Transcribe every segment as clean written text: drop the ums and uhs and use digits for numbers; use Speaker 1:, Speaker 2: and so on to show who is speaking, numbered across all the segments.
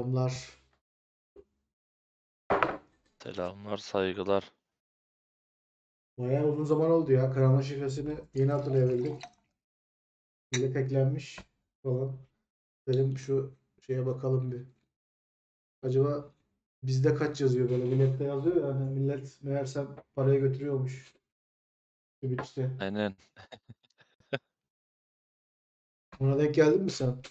Speaker 1: Selamlar.
Speaker 2: Selamlar, saygılar.
Speaker 1: Bayağı uzun zaman oldu ya. Karaman şifresini yeni hatırlayabildim. Millet eklenmiş falan. Dedim şu şeye bakalım bir. Acaba bizde kaç yazıyor böyle? Millette yazıyor ya. Hani millet meğersem paraya götürüyormuş. Twitch'te.
Speaker 2: Aynen.
Speaker 1: Ona denk geldin mi sen?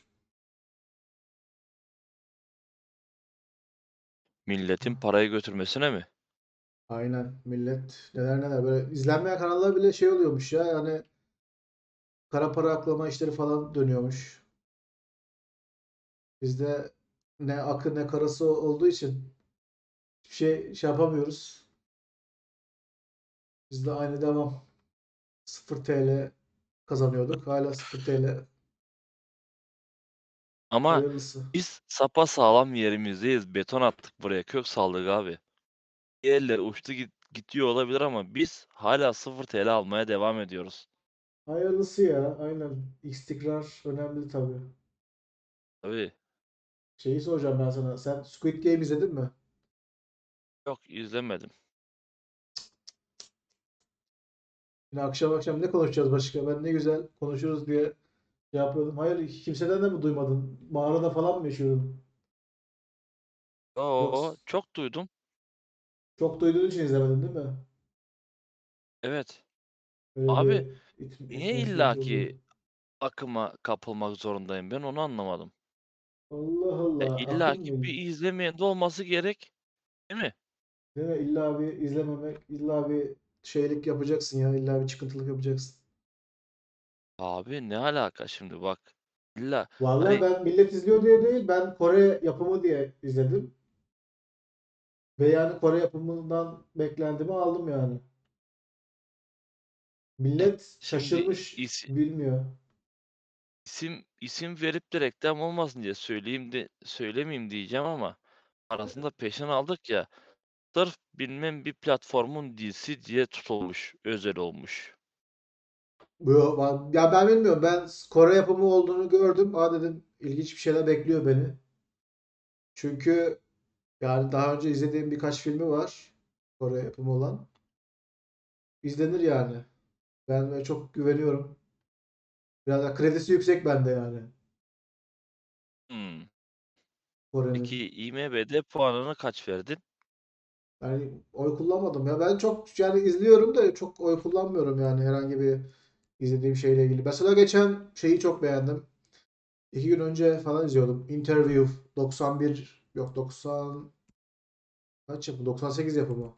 Speaker 2: Milletin parayı götürmesine mi?
Speaker 1: Aynen. Millet neler neler. Böyle izlenmeyen kanallar bile şey oluyormuş ya. Yani kara para aklama işleri falan dönüyormuş. Bizde ne akı ne karası olduğu için hiçbir şey yapamıyoruz. Bizde aynı devam. 0 TL kazanıyorduk. Hala 0 TL.
Speaker 2: Ama
Speaker 1: Hayırlısı.
Speaker 2: biz sapasağlam yerimizdeyiz. Beton attık buraya. Kök saldık abi. Diğerleri uçtu gidiyor olabilir ama biz hala 0 TL almaya devam ediyoruz.
Speaker 1: Hayırlısı ya. Aynen. İstikrar önemli tabii.
Speaker 2: Tabii.
Speaker 1: Şeyi soracağım ben sana. Sen Squid Game izledin mi?
Speaker 2: Yok, izlemedim.
Speaker 1: Yine akşam akşam ne konuşacağız başka? Ben ne güzel konuşuruz diye şey yapıyordum. Hayır, kimseden de mi duymadın? Mağarada falan mı yaşıyordun? Yoksa
Speaker 2: Oo, çok duydum.
Speaker 1: çok duyduğun için izlemedin değil mi?
Speaker 2: Evet.
Speaker 1: Böyle
Speaker 2: Abi,
Speaker 1: bir
Speaker 2: niye
Speaker 1: meşruf
Speaker 2: illaki
Speaker 1: oluyor.
Speaker 2: akıma kapılmak zorundayım? Ben onu anlamadım.
Speaker 1: Allah Allah. Akım
Speaker 2: İllaki
Speaker 1: mı?
Speaker 2: bir izlemeyen de olması gerek, değil mi?
Speaker 1: Değil mi? İlla bir izlememek, illa bir şeylik yapacaksın ya. İlla bir çıkıntılık yapacaksın.
Speaker 2: Abi ne alaka şimdi bak. İlla
Speaker 1: Vallahi
Speaker 2: hani
Speaker 1: ben millet izliyor diye değil, ben Kore yapımı diye izledim. Ve yani Kore yapımından beklentimi aldım yani. Millet
Speaker 2: şimdi
Speaker 1: şaşırmış, bilmiyor.
Speaker 2: isim verip de reklam olmasın diye söylemeyeyim diyeceğim ama arasında peşin aldık ya, sırf bilmem bir platformun dizisi diye tutulmuş, özel olmuş.
Speaker 1: Ya ben bilmiyorum. Ben Kore yapımı olduğunu gördüm. Aa dedim, ilginç bir şeyler bekliyor beni. Çünkü yani daha önce izlediğim birkaç filmi var. Kore yapımı olan. İzlenir yani. Ben böyle çok güveniyorum. Biraz da kredisi yüksek bende yani.
Speaker 2: Hmm.
Speaker 1: Kore'nin.
Speaker 2: Peki IMDb puanını kaç verdin?
Speaker 1: Yani oy kullanmadım ya. Ben çok yani izliyorum da çok oy kullanmıyorum yani herhangi bir izlediğim şeyle ilgili. Mesela geçen şeyi çok beğendim. 2 gün önce falan izliyordum. Interview 91 yok 90 kaç yapımı? 98 yapımı.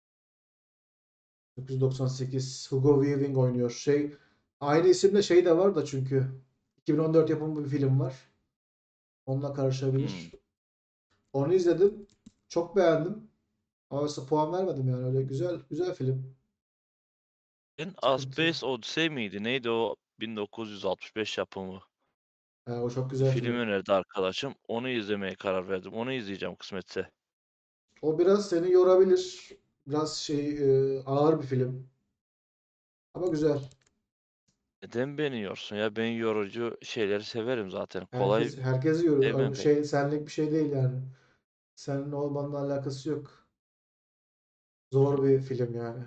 Speaker 1: 1998 Hugo Weaving oynuyor. Aynı isimde şey de var da çünkü 2014 yapımı bir film var. Onunla
Speaker 2: Hmm.
Speaker 1: karışabilir. Onu izledim. Çok beğendim. Ama mesela puan vermedim yani öyle güzel güzel film.
Speaker 2: A
Speaker 1: Sıkıntı.
Speaker 2: Space Odyssey miydi? Neydi o 1965 yapımı?
Speaker 1: O çok
Speaker 2: Bir
Speaker 1: güzel
Speaker 2: film
Speaker 1: film.
Speaker 2: önerdi arkadaşım. Onu izlemeye karar verdim. Onu izleyeceğim kısmetse.
Speaker 1: O biraz seni yorabilir. Biraz ağır bir film. Ama güzel.
Speaker 2: Neden beni yorsun ya? Ben yorucu şeyleri severim zaten. Kolay
Speaker 1: Herkesi yoruyor.
Speaker 2: sevmem
Speaker 1: Öyle
Speaker 2: pek.
Speaker 1: senlik bir şey değil yani. Senin olmanla alakası yok. Zor bir film yani.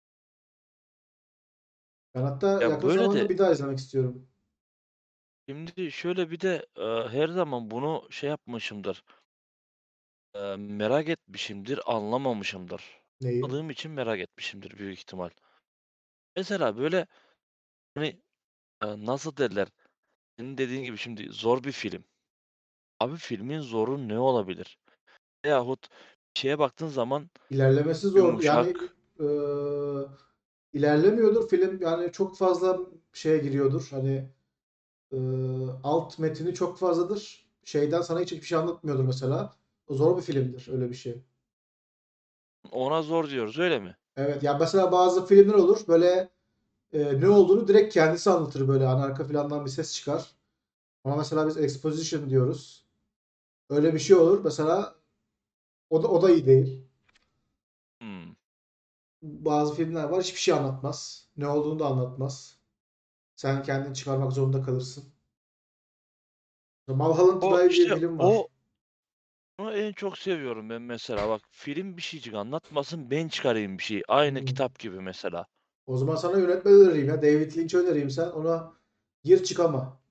Speaker 1: Ben hatta
Speaker 2: Ya
Speaker 1: yakın
Speaker 2: böyle
Speaker 1: zamanda
Speaker 2: de
Speaker 1: bir daha izlemek istiyorum.
Speaker 2: şimdi şöyle bir de her zaman bunu şey yapmışımdır. Merak etmişimdir, anlamamışımdır.
Speaker 1: Neyi?
Speaker 2: Anladığım için merak etmişimdir büyük ihtimal. Mesela böyle hani nasıl derler? Senin dediğin gibi şimdi zor bir film. Abi filmin zoru ne olabilir? Veyahut bir şeye baktığın zaman
Speaker 1: İlerlemesi zor. Yani
Speaker 2: yumuşak.
Speaker 1: e, ilerlemiyordur film. Yani çok fazla şeye giriyordur. Hani e, alt metini çok fazladır. Şeyden sana hiçbir şey anlatmıyordur mesela. O zor bir filmdir öyle bir şey.
Speaker 2: Ona zor diyoruz öyle mi?
Speaker 1: Evet ya, mesela bazı filmler olur böyle, ne olduğunu direkt kendisi anlatır, böyle hani arka plandan bir ses çıkar. Ama mesela biz exposition diyoruz. Öyle bir şey olur. Mesela o da iyi değil.
Speaker 2: Hmm.
Speaker 1: Bazı filmler var, hiçbir şey anlatmaz. Ne olduğunu da anlatmaz. Sen kendin çıkarmak zorunda kalırsın. Mulholland
Speaker 2: O
Speaker 1: Drive diye bir
Speaker 2: işte
Speaker 1: film
Speaker 2: o
Speaker 1: var.
Speaker 2: en çok seviyorum ben mesela bak film bir şeycik anlatmasın ben çıkarayım bir şey. Aynı
Speaker 1: Hmm.
Speaker 2: kitap gibi mesela.
Speaker 1: O zaman sana yönetmen önereyim ya. David Lynch önereyim, sen ona gir çık ama.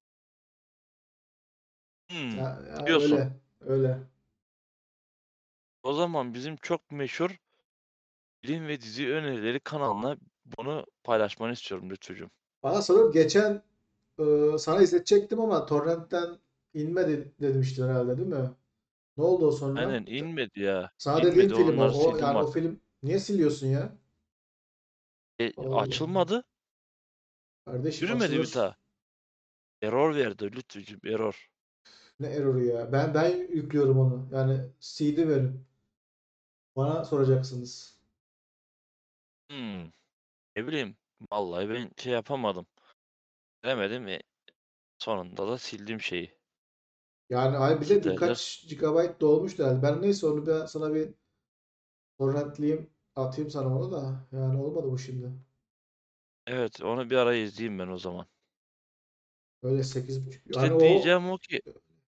Speaker 2: Hmm,
Speaker 1: Ya
Speaker 2: diyorsun.
Speaker 1: öyle. Öyle.
Speaker 2: O zaman bizim çok meşhur film ve dizi önerileri kanalına bunu paylaşmanı istiyorum lütfücüm.
Speaker 1: Bana sanırım geçen sana izletecektim ama torrentten inmedi demiştin herhalde, değil mi? Ne oldu o sonra?
Speaker 2: Aynen inmedi ya.
Speaker 1: Sana dediğim
Speaker 2: İnmedi
Speaker 1: film o.
Speaker 2: onları
Speaker 1: O
Speaker 2: sildim
Speaker 1: yani o
Speaker 2: artık.
Speaker 1: film niye siliyorsun ya? Allah Allah.
Speaker 2: Açılmadı.
Speaker 1: Kardeşim
Speaker 2: Yürümedi bir
Speaker 1: açılır.
Speaker 2: daha. Error verdi lütfücüm error.
Speaker 1: Ne error'u ya? Ben yüklüyorum onu. Yani CD verin. Bana soracaksınız.
Speaker 2: Hmm, ne bileyim. Vallahi ben şey yapamadım. Demedim ve sonunda da sildim şeyi.
Speaker 1: Yani ay bir
Speaker 2: Nasıl
Speaker 1: de
Speaker 2: derler?
Speaker 1: birkaç gigabayt dolmuştu herhalde. Ben neyse onu sana bir torrentleyeyim. Atayım sana onu da. Yani olmadı bu şimdi.
Speaker 2: Evet onu bir ara izleyeyim ben o zaman.
Speaker 1: Öyle 8,5. Yani
Speaker 2: İşte diyeceğim o ki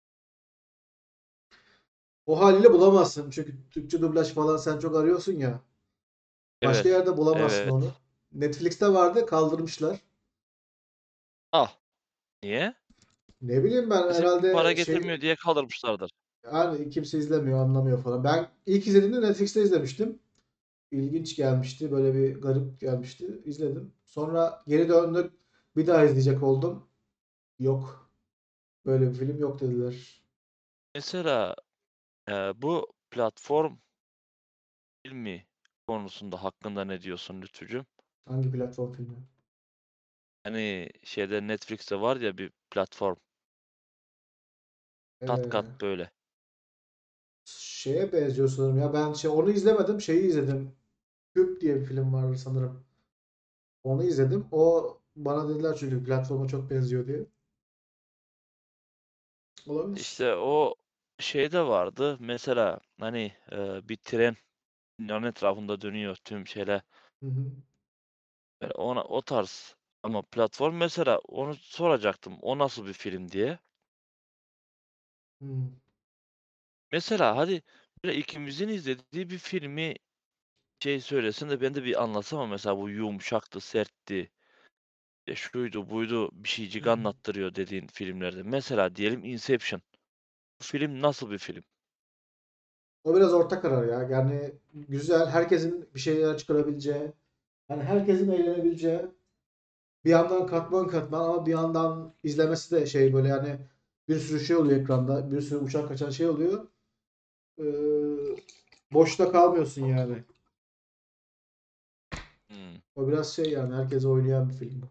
Speaker 1: o haliyle bulamazsın. Çünkü Türkçe dublaj falan sen çok arıyorsun ya. Başka
Speaker 2: evet.
Speaker 1: yerde bulamazsın
Speaker 2: Evet.
Speaker 1: onu. Netflix'te vardı, kaldırmışlar.
Speaker 2: Ah. Niye?
Speaker 1: Ne bileyim ben,
Speaker 2: Kesin para
Speaker 1: herhalde
Speaker 2: getirmiyor diye kaldırmışlardır.
Speaker 1: yani kimse izlemiyor, anlamıyor falan. Ben ilk izlediğimde Netflix'te izlemiştim. İlginç gelmişti. Böyle bir garip gelmişti. İzledim. Sonra geri döndük. Bir daha izleyecek oldum. Yok. Böyle bir film yok dediler.
Speaker 2: Mesela bu platform filmi konusunda hakkında ne diyorsun lütfücüm?
Speaker 1: Hangi platform filmi?
Speaker 2: Hani şeyde Netflix'te var ya bir platform. Kat kat
Speaker 1: Ee,
Speaker 2: böyle.
Speaker 1: Şeye benziyor sanırım ya. Ben onu izlemedim. Şeyi izledim. Küp diye bir film vardı sanırım. Onu izledim. O bana dediler çünkü platforma çok benziyor diye. Olabilir.
Speaker 2: İşte o şeyde vardı. Mesela hani bir tren dünyanın etrafında dönüyor tüm şeyler.
Speaker 1: Hı hı.
Speaker 2: Böyle ona o tarz. Ama platform mesela onu soracaktım. O nasıl bir film diye.
Speaker 1: Hı.
Speaker 2: Mesela hadi böyle ikimizin izlediği bir filmi şey söylesin de ben de bir anlatsam ama mesela bu yumuşaktı, sertti, şuydu buydu bir
Speaker 1: Hı
Speaker 2: şeycik
Speaker 1: hı.
Speaker 2: anlattırıyor dediğin filmlerde. Mesela diyelim Inception. Bu film nasıl bir film?
Speaker 1: O biraz orta karar ya. Yani güzel. Herkesin bir şeyler çıkarabileceği. Yani herkesin eğlenebileceği. Bir yandan katman katman ama bir yandan izlemesi de şey böyle yani bir sürü şey oluyor ekranda. Bir sürü uçak kaçan şey oluyor. Ee, Boşta kalmıyorsun yani.
Speaker 2: Hımm.
Speaker 1: O biraz şey yani herkese oynayan bir film bu.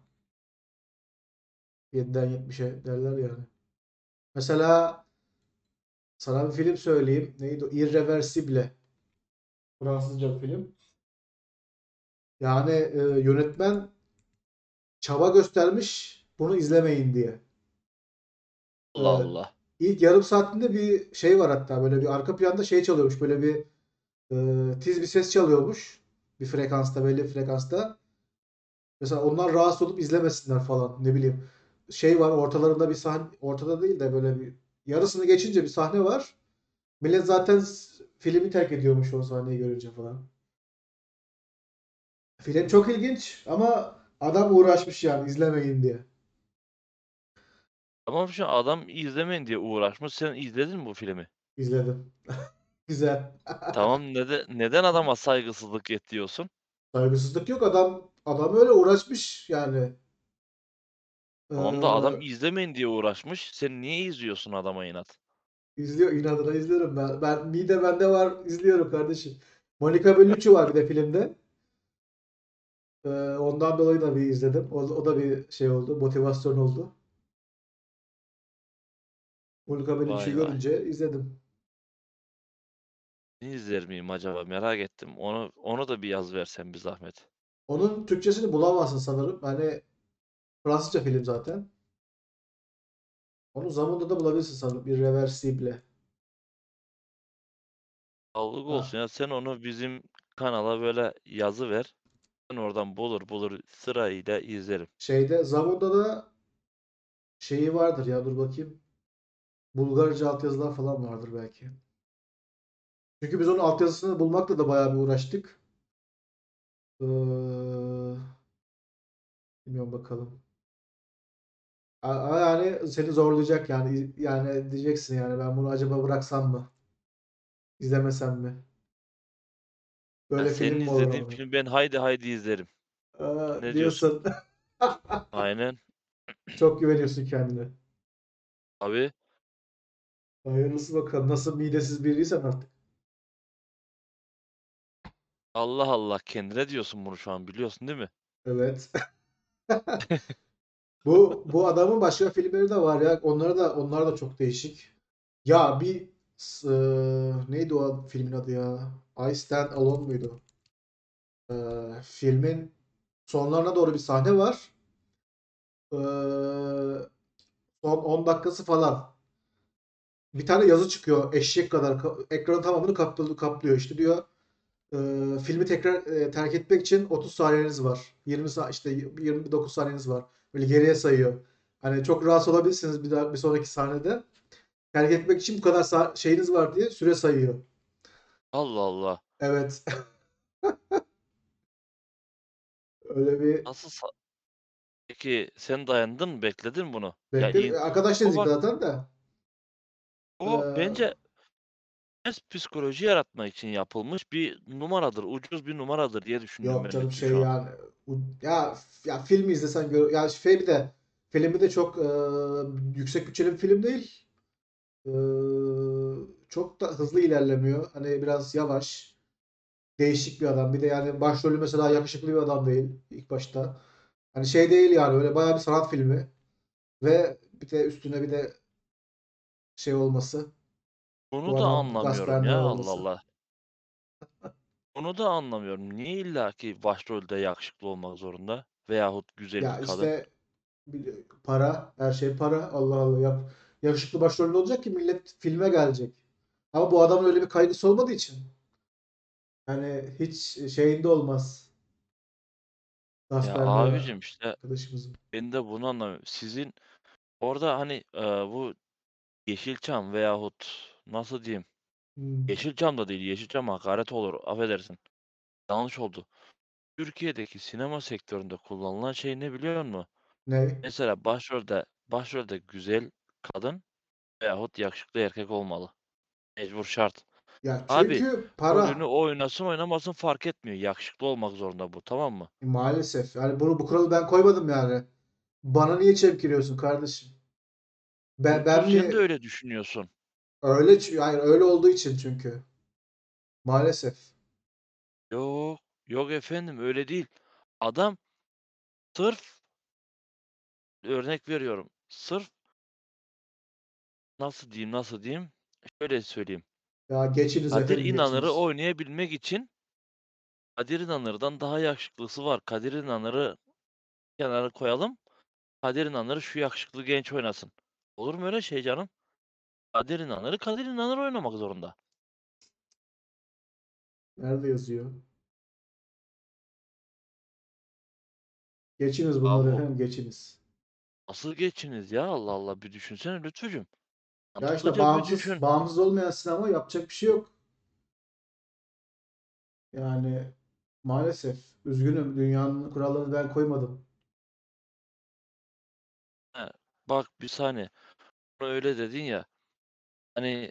Speaker 1: 7'den 70'e derler yani. Mesela sana bir film söyleyeyim. Neydi o? Irreversible. Fransızca bir film. Yani yönetmen çaba göstermiş bunu izlemeyin diye. E,
Speaker 2: Allah Allah.
Speaker 1: ilk yarım saatinde bir şey var, hatta böyle bir arka planda şey çalıyormuş. Böyle bir tiz bir ses çalıyormuş. Bir frekansta, belli bir frekansta. Mesela onlar rahatsız olup izlemesinler falan, ne bileyim. Şey var ortalarında bir sahne, ortada değil de böyle bir yarısını geçince bir sahne var. Millet zaten filmi terk ediyormuş o sahneyi görünce falan. Film çok ilginç ama adam uğraşmış yani izlemeyin diye.
Speaker 2: Tamam şu adam izlemeyin diye uğraşmış. Sen izledin mi bu filmi?
Speaker 1: İzledim. Güzel.
Speaker 2: Tamam neden adama saygısızlık ediyorsun?
Speaker 1: Saygısızlık yok, adam öyle uğraşmış yani.
Speaker 2: Tamam da adam
Speaker 1: Ee,
Speaker 2: izlemeyin diye uğraşmış. Sen niye izliyorsun adama inat?
Speaker 1: izliyor, inadına izliyorum ben. Ben mide bende var, izliyorum kardeşim. Monica Bellucci var bir de filmde. Ondan dolayı da bir izledim. O da bir şey oldu, motivasyon oldu. Monica
Speaker 2: Vay
Speaker 1: Bellucci'yi
Speaker 2: vay.
Speaker 1: görünce izledim.
Speaker 2: Ne izler miyim acaba merak ettim. Onu da bir yaz versen bir zahmet.
Speaker 1: Onun Türkçesini bulamazsın sanırım. Hani Fransızca film zaten. Onu zamanında da bulabilirsin sanırım. Irreversible.
Speaker 2: Sağlık
Speaker 1: Ha,
Speaker 2: olsun ya sen onu bizim kanala böyle yazı ver. Ben oradan bulur sırayla izlerim.
Speaker 1: şeyde Zamun'da da şeyi vardır ya, dur bakayım. Bulgarca altyazılar falan vardır belki. Çünkü biz onun altyazısını bulmakla da bayağı bir uğraştık. Bilmiyorum bakalım. Ama yani seni zorlayacak yani. Yani diyeceksin yani ben bunu acaba bıraksam mı? İzlemesem mi?
Speaker 2: Ya
Speaker 1: Böyle film
Speaker 2: senin
Speaker 1: mi olur
Speaker 2: izlediğin
Speaker 1: ama?
Speaker 2: filmi ben haydi haydi izlerim. Ne diyorsun?
Speaker 1: Diyorsun.
Speaker 2: Aynen.
Speaker 1: Çok güveniyorsun kendine.
Speaker 2: Abi
Speaker 1: Hayırlısı bakalım. Nasıl midesiz biriysen artık.
Speaker 2: Allah Allah kendine diyorsun bunu şu an biliyorsun değil mi?
Speaker 1: Evet. Bu adamın başka filmleri de var ya. Onlar da çok değişik. Ya bir neydi o filmin adı ya? I Stand Alone muydu? Filmin sonlarına doğru bir sahne var. Eee, son 10 dakikası falan. Bir tane yazı çıkıyor eşek kadar. Ekranın tamamını kaplıyor. İşte diyor filmi tekrar terk etmek için 30 saniyeniz var. 20 işte 29 saniyeniz var. Böyle geriye sayıyor. Hani çok rahatsız olabilirsiniz bir sonraki sahnede. Terk etmek için bu kadar şeyiniz var diye süre sayıyor.
Speaker 2: Allah Allah.
Speaker 1: Evet. Öyle bir
Speaker 2: Nasıl peki sen dayandın mı bekledin bunu? Ya
Speaker 1: bekle. Arkadaş
Speaker 2: o
Speaker 1: dedik
Speaker 2: bak
Speaker 1: zaten de.
Speaker 2: o
Speaker 1: Ee,
Speaker 2: bence ters psikoloji yaratmak için yapılmış bir numaradır. Ucuz bir numaradır diye düşündüm
Speaker 1: yok
Speaker 2: ben
Speaker 1: canım
Speaker 2: şu
Speaker 1: şey
Speaker 2: an.
Speaker 1: yani ya filmi izlesen gör ya filmi de çok yüksek bütçeli bir film değil. Ee, çok da hızlı ilerlemiyor. Hani biraz yavaş. Değişik bir adam. Bir de yani başrolü mesela yakışıklı bir adam değil ilk başta. Hani şey değil yani öyle bayağı bir sanat filmi ve bir de üstüne bir de şey olması.
Speaker 2: Bunu
Speaker 1: Bu
Speaker 2: da
Speaker 1: adam
Speaker 2: anlamıyorum
Speaker 1: Gaspar Noé
Speaker 2: ya Allah
Speaker 1: olması.
Speaker 2: Allah. Bunu da anlamıyorum. Niye illaki başrolde yakışıklı olmak zorunda? Veyahut güzel bir
Speaker 1: Ya
Speaker 2: kadın?
Speaker 1: işte para, her şey para. Allah Allah yap. Yakışıklı başrolü olacak ki millet filme gelecek. Ama bu adamın öyle bir kaygısı olmadığı için yani hiç şeyinde olmaz.
Speaker 2: Ya
Speaker 1: Gaspar Noé
Speaker 2: abicim işte
Speaker 1: arkadaşımızın.
Speaker 2: ben de bunu anlamıyorum. Sizin orada hani bu Yeşilçam veyahut nasıl diyeyim?
Speaker 1: Hmm.
Speaker 2: Yeşilçam da değil. Yeşilçam hakaret olur. Affedersin. Yanlış oldu. Türkiye'deki sinema sektöründe kullanılan şey ne biliyor musun?
Speaker 1: Ne?
Speaker 2: Mesela başrolde güzel kadın veyahut yakışıklı erkek olmalı. Mecbur şart.
Speaker 1: Ya
Speaker 2: Abi
Speaker 1: çünkü
Speaker 2: rolünü
Speaker 1: para
Speaker 2: oynasın oynamasın fark etmiyor. Yakışıklı olmak zorunda bu, tamam mı?
Speaker 1: maalesef. Yani bu kuralı ben koymadım yani. Bana niye çemkiriyorsun kardeşim? Ben
Speaker 2: Sen de
Speaker 1: mi
Speaker 2: öyle düşünüyorsun.
Speaker 1: öyle hayır öyle olduğu için çünkü. Maalesef.
Speaker 2: Yok, yok efendim öyle değil. Adam sırf örnek veriyorum. Sırf nasıl diyeyim? Şöyle söyleyeyim.
Speaker 1: Ya geçiniz
Speaker 2: Kadir
Speaker 1: efendim
Speaker 2: İnanır'ı
Speaker 1: geçiniz.
Speaker 2: oynayabilmek için Kadir İnanır'dan daha yakışıklısı var. Kadir İnanır'ı kenara koyalım. Kadir İnanır'ı şu yakışıklı genç oynasın. Olur mu öyle şey canım? Kadir İnanır oynamak zorunda.
Speaker 1: Nerede yazıyor? Geçiniz bunları
Speaker 2: Yahu
Speaker 1: efendim geçiniz.
Speaker 2: nasıl geçiniz ya Allah Allah bir düşünsene lütfücüm.
Speaker 1: Ya işte
Speaker 2: Mantıklıca bir düşün.
Speaker 1: bağımsız olmayan sinema yapacak bir şey yok. Yani maalesef üzgünüm dünyanın kurallarını ben koymadım.
Speaker 2: He, bak bir saniye. Bunu öyle dedin ya. Hani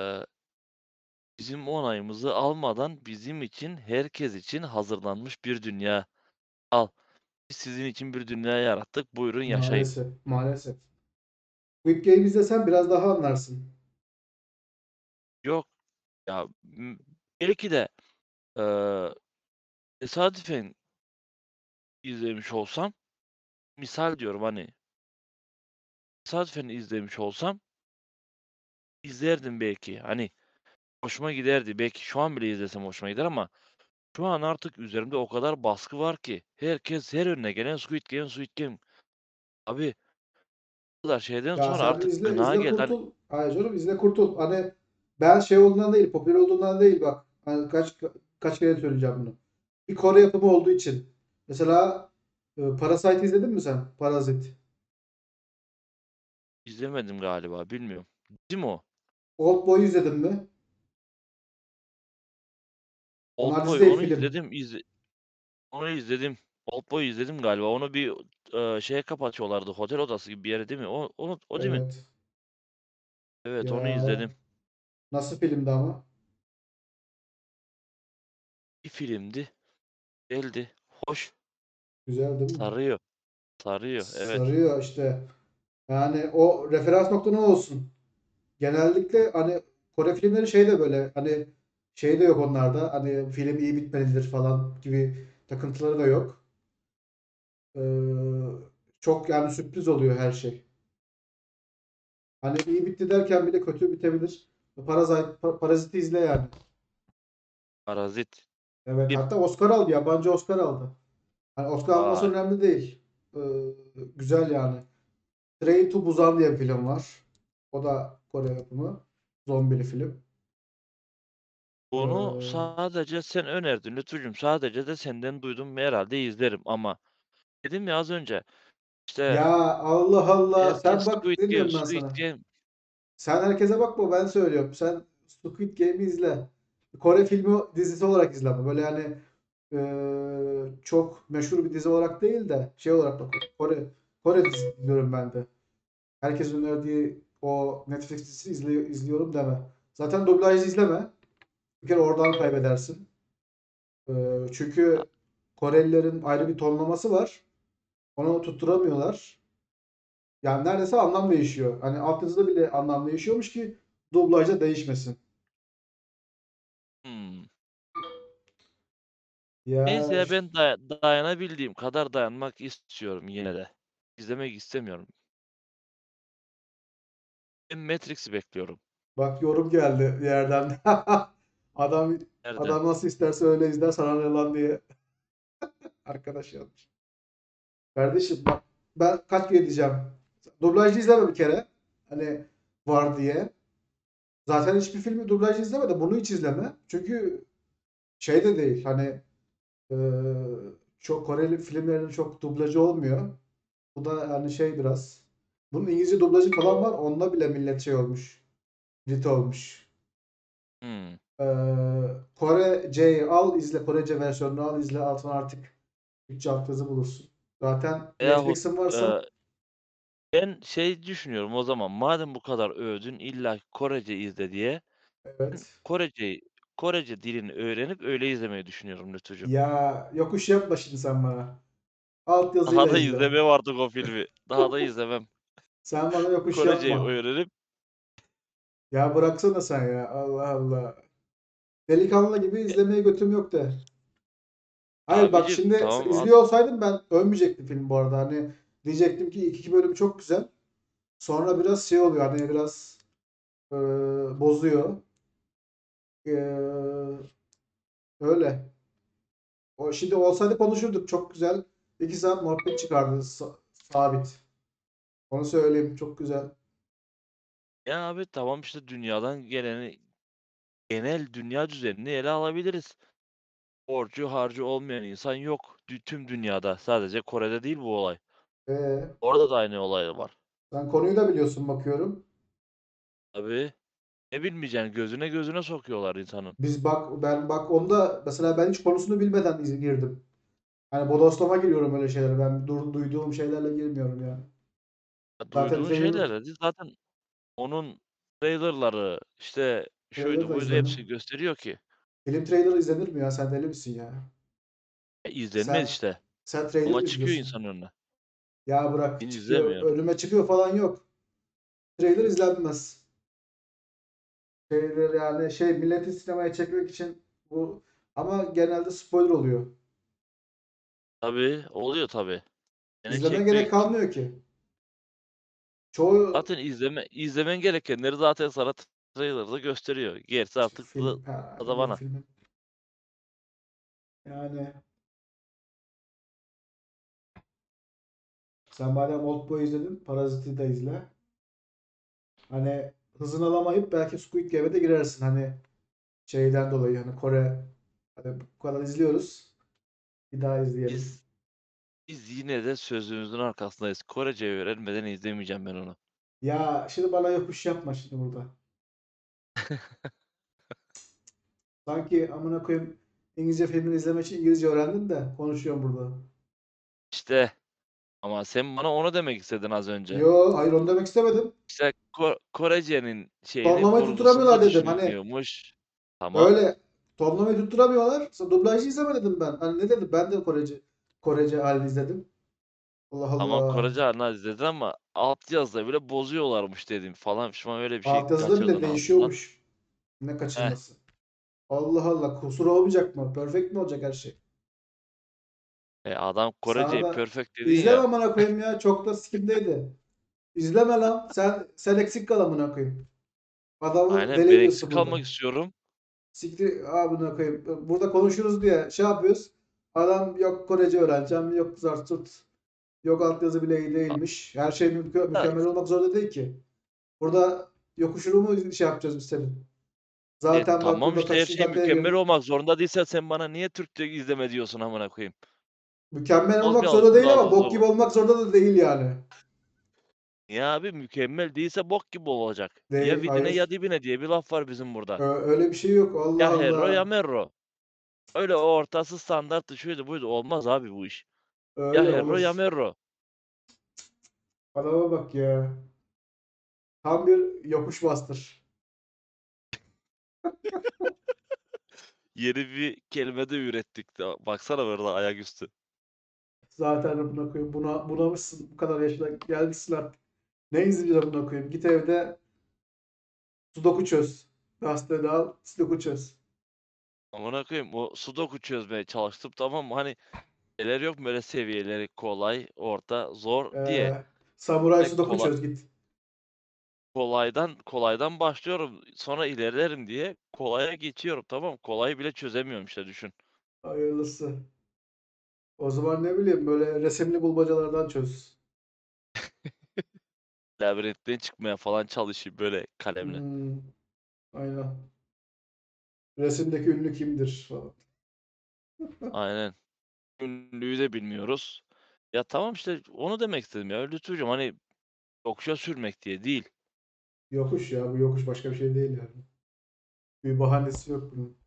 Speaker 2: bizim onayımızı almadan bizim için herkes için hazırlanmış bir dünya. Al. Biz sizin için bir dünya yarattık. Buyurun yaşayın.
Speaker 1: Maalesef, maalesef. Squid Game izlesen biraz daha anlarsın.
Speaker 2: Yok ya belki de eee tesadüfen izlemiş olsam misal diyorum hani tesadüfen izlemiş olsam izlerdim belki. Hani hoşuma giderdi. Belki şu an bile izlesem hoşuma gider ama şu an artık üzerimde o kadar baskı var ki herkes her önüne gelen Squid Game, Squid Game. Abi bu kadar şeyden
Speaker 1: Ya
Speaker 2: sonra
Speaker 1: sen
Speaker 2: artık
Speaker 1: izle
Speaker 2: gına
Speaker 1: izle
Speaker 2: geldi. Hani
Speaker 1: kurtul. Hayır canım izle kurtul. Hani ben şey olduğundan değil, popüler olduğundan değil bak. Hani kaç kere söyleyeceğim bunu. Bir Kore yapımı olduğu için. Mesela Parasite izledin mi sen? Parazit.
Speaker 2: izlemedim galiba bilmiyorum. Değil mi o?
Speaker 1: Oldboy'u izledin mi? Onlar dizi
Speaker 2: Oldboy
Speaker 1: değil
Speaker 2: onu
Speaker 1: film.
Speaker 2: izledim. Onu izledim. Oldboy izledim galiba. Onu bir şeye kapatıyorlardı. Otel odası gibi bir yere değil mi? O değil mi?
Speaker 1: Evet.
Speaker 2: Evet onu
Speaker 1: Ya
Speaker 2: izledim.
Speaker 1: nasıl filmdi ama?
Speaker 2: Bir filmdi. Geldi. Hoş.
Speaker 1: Güzel değil mi?
Speaker 2: Sarıyor. Sarıyor. Evet.
Speaker 1: Sarıyor işte. Yani o referans nokta ne olsun? Genellikle hani Kore filmleri şey de böyle hani şey de yok onlarda. Hani film iyi bitmelidir falan gibi takıntıları da yok. Ee, çok yani sürpriz oluyor her şey. Hani iyi bitti derken bile kötü bitebilir. Parazit'i izle yani.
Speaker 2: Parazit.
Speaker 1: Evet,
Speaker 2: Kim?
Speaker 1: hatta Oscar aldı. Yabancı Oscar aldı. Hani Oscar alması
Speaker 2: Vay.
Speaker 1: önemli değil. Ee, güzel yani. Train to Busan diye bir film var. O da Kore yapımı. Zombili film.
Speaker 2: Bunu
Speaker 1: Ee,
Speaker 2: sadece sen önerdin Lütfücüğüm. Sadece de senden duydum. Herhalde izlerim ama dedim ya az önce işte
Speaker 1: ya Allah Allah.
Speaker 2: herkes
Speaker 1: Sen bak ne diyorum ben
Speaker 2: Squid
Speaker 1: sana.
Speaker 2: Game.
Speaker 1: Sen herkese bakma, ben söylüyorum. Sen Squid Game'i izle. Kore filmi dizisi olarak izle ama. Böyle yani çok meşhur bir dizi olarak değil de şey olarak bak. Kore dizisi diyorum ben de. Herkesin önerdiği o Netflix dizisi izliyorum deme. Zaten dublajlı izleme. Bir kere oradan kaybedersin. Çünkü Korelilerin ayrı bir tonlaması var. Onu tutturamıyorlar. Yani neredeyse anlam değişiyor. Hani altyazıda bile anlam değişiyormuş ki dublajda değişmesin.
Speaker 2: Hmm. Neyse
Speaker 1: Ya
Speaker 2: ya ben dayanabildiğim kadar dayanmak istiyorum yine de. İzlemek istemiyorum. Ben Matrix'i bekliyorum.
Speaker 1: bak, yorum geldi bir yerden. Adam
Speaker 2: Nereden?
Speaker 1: adam nasıl isterse öyle izler, sana ne lan diye arkadaş yazmış. Kardeşim bak, ben kaç kere diyeceğim. Dublajlı izleme bir kere. Hani var diye. Zaten hiçbir filmi dublajlı izleme de bunu hiç izleme. Çünkü şey de değil hani e, çok Koreli filmlerinin çok dublajı olmuyor. Bu da yani şey biraz. Bunun İngilizce dublajı falan var. Onda bile millet şey olmuş. Rit olmuş.
Speaker 2: Hmm.
Speaker 1: Korece'yi al izle. Korece versiyonunu al izle. Altına artık Türkçe altyazı bulursun. Zaten
Speaker 2: Yahut
Speaker 1: Netflix'in varsa
Speaker 2: e, ben şey düşünüyorum o zaman madem bu kadar övdün illa ki Korece izle diye ben
Speaker 1: evet.
Speaker 2: Korece dilini öğrenip öyle izlemeyi düşünüyorum Lütfücüğüm.
Speaker 1: Ya yokuş yapma şimdi sen bana.
Speaker 2: Daha
Speaker 1: Altyazıyla
Speaker 2: da
Speaker 1: izle.
Speaker 2: izlemem artık o filmi. Daha da izlemem.
Speaker 1: Sen bana yokuş
Speaker 2: Koreceyi
Speaker 1: yapma.
Speaker 2: öğrenip
Speaker 1: Ya bıraksana sen ya. Allah Allah. Delikanlı gibi izlemeye götüm yok de. Hayır bak,
Speaker 2: abicim
Speaker 1: şimdi
Speaker 2: tamam
Speaker 1: izliyor olsaydım ben övmeyecektim film bu arada. Hani diyecektim ki ilk iki bölüm çok güzel. Sonra biraz şey oluyor hani biraz e, bozuyor. E, öyle. O şimdi olsaydı konuşurduk. Çok güzel. 2 saat muhabbet çıkardı sabit. Onu söyleyeyim. Çok güzel.
Speaker 2: ya abi tamam işte dünyadan geleni genel dünya düzenini ele alabiliriz. Borcu harcı olmayan insan yok. Tüm dünyada. Sadece Kore'de değil bu olay.
Speaker 1: E,
Speaker 2: Orada da aynı olay var.
Speaker 1: sen konuyu da biliyorsun bakıyorum.
Speaker 2: Abi ne bilmeyeceksin gözüne sokuyorlar insanın.
Speaker 1: Ben onda mesela ben hiç konusunu bilmeden girdim. Hani bodoslama giriyorum öyle şeylere. Ben duyduğum şeylerle girmiyorum yani.
Speaker 2: Ya
Speaker 1: Zaten
Speaker 2: duyduğun şeyler de zaten onun trailerları işte
Speaker 1: trailer
Speaker 2: şuydu
Speaker 1: da
Speaker 2: buydu
Speaker 1: izlenir.
Speaker 2: hepsi gösteriyor ki.
Speaker 1: Film trailer izlenir mi ya? Sen deli misin ya?
Speaker 2: İzlenmez
Speaker 1: Sen
Speaker 2: işte.
Speaker 1: sen trailer
Speaker 2: Ama
Speaker 1: mi
Speaker 2: çıkıyor
Speaker 1: izliyorsun?
Speaker 2: insanın önüne.
Speaker 1: Ya bırak,
Speaker 2: Ben
Speaker 1: çıkıyor.
Speaker 2: izlemiyorum.
Speaker 1: Önüme çıkıyor falan yok. Trailer izlenmez. Trailer yani şey, milleti sinemaya çekmek için bu, ama genelde spoiler oluyor.
Speaker 2: Tabii oluyor tabii. Seni
Speaker 1: İzleme
Speaker 2: çekmek
Speaker 1: gerek
Speaker 2: için.
Speaker 1: kalmıyor ki. Çoğu
Speaker 2: Zaten izlemen gerekenleri zaten sana trailer'da gösteriyor. Gerisi
Speaker 1: işte
Speaker 2: artık
Speaker 1: film, ha,
Speaker 2: da
Speaker 1: illa
Speaker 2: bana.
Speaker 1: filmin yani, sen madem Oldboy izledin, Parazit'i de izle. Hani hızını alamayıp belki Squid Game'e de girersin. Hani şeyden dolayı, hani Kore, hani bu kadar izliyoruz. Bir daha izleyelim.
Speaker 2: Biz biz yine de sözümüzün arkasındayız. Korece öğrenmeden izlemeyeceğim ben onu.
Speaker 1: Ya şimdi bana yokuş yapma şimdi burada. Sanki amına koyayım İngilizce filmini izlemek için İngilizce öğrendin de konuşuyorum burada.
Speaker 2: İşte ama sen bana onu demek istedin az önce.
Speaker 1: Yo, hayır onu demek istemedim.
Speaker 2: İşte Korece'nin şeyini
Speaker 1: Tonlamayı tutturamıyorlar
Speaker 2: vurgusunda
Speaker 1: dedim. Hani
Speaker 2: düşünüyormuş. Tamam.
Speaker 1: öyle tonlamayı tutturamıyorlar. Sonra dublajı izleme dedim ben. Hani ne dedim? Ben de Korece halini izledim. Allah
Speaker 2: Tamam
Speaker 1: Allah.
Speaker 2: Korece analiz dedin ama altyazıda bile bozuyorlarmış dedim falan pişman öyle bir şey
Speaker 1: Altyazıda bile
Speaker 2: kaçırdın ağzından.
Speaker 1: değişiyormuş. Ne
Speaker 2: Heh.
Speaker 1: kaçırması. Allah Allah. Kusur olmayacak mı? Perfect mi olacak her şey?
Speaker 2: Adam
Speaker 1: Sana
Speaker 2: Korece'yi
Speaker 1: da
Speaker 2: perfect dedin
Speaker 1: izleme
Speaker 2: ya.
Speaker 1: amına koyayım ya. Çok da sikimdeydi. İzleme lan. Sen eksik kal amına koyayım. Adamı
Speaker 2: Aynen
Speaker 1: deli
Speaker 2: ben eksik
Speaker 1: ediyorsun burada.
Speaker 2: kalmak istiyorum.
Speaker 1: Siktir amına koyayım. Burada konuşuruz diye şey yapıyoruz. Adam yok Korece öğreneceğim. Yok zart tut. Yok altyazı bile iyi değilmiş. Her şey
Speaker 2: Da,
Speaker 1: mükemmel olmak zorunda değil ki. Burada yokuşunu mu şey yapacağız biz senin? Zaten bak
Speaker 2: tamam
Speaker 1: burada
Speaker 2: işte her
Speaker 1: kaçıncı
Speaker 2: şey
Speaker 1: dakikaya
Speaker 2: mükemmel
Speaker 1: girdik.
Speaker 2: olmak zorunda değilse sen bana niye Türkçe izleme diyorsun amına koyayım?
Speaker 1: Mükemmel
Speaker 2: Az bir
Speaker 1: olmak zorunda değil ama
Speaker 2: algıladı
Speaker 1: bok gibi
Speaker 2: o.
Speaker 1: olmak zorunda da değil yani.
Speaker 2: Ya abi mükemmel değilse bok gibi olacak. Ya
Speaker 1: Değil,
Speaker 2: vidine ya
Speaker 1: hayır.
Speaker 2: dibine diye bir laf var bizim burada.
Speaker 1: Öyle bir şey yok. Allah
Speaker 2: Ya herro ya
Speaker 1: Allah.
Speaker 2: merro. Öyle ortası standarttı şuydu buydu olmaz abi bu iş. Ya
Speaker 1: Öyle
Speaker 2: herro ya
Speaker 1: olur.
Speaker 2: merro.
Speaker 1: Adama bak ya. Tam bir yokuş bastır.
Speaker 2: Yeni bir kelime de ürettik. Baksana böyle ayaküstü.
Speaker 1: Zaten buna koyayım. Bunamışsın. Bu kadar yaşına gelmişsin artık. Ne izleyeceğim buna koyayım? Git evde sudoku çöz. Gazetede al, sudoku çöz.
Speaker 2: Amına koyayım o sudoku çözmeye çalıştım tamam mı? Hani şeyler yok mu böyle seviyeleri kolay, orta, zor diye.
Speaker 1: Samuray
Speaker 2: Direkt
Speaker 1: sudoku çöz git.
Speaker 2: kolaydan başlıyorum. Sonra ilerlerim diye kolaya geçiyorum tamam mı? Kolayı bile çözemiyorum işte düşün.
Speaker 1: Hayırlısı. O zaman ne bileyim böyle resimli bulmacalardan çöz.
Speaker 2: Labirentten çıkmaya falan çalışayım böyle kalemle.
Speaker 1: Hmm, aynen. Resimdeki ünlü kimdir falan.
Speaker 2: Aynen. Ünlüyü de bilmiyoruz. Ya tamam işte onu demek istedim ya. Lütfücüğüm hani yokuşa sürmek diye değil.
Speaker 1: Yokuş ya. Bu yokuş başka bir şey değil yani. Bir bahanesi yok bunun.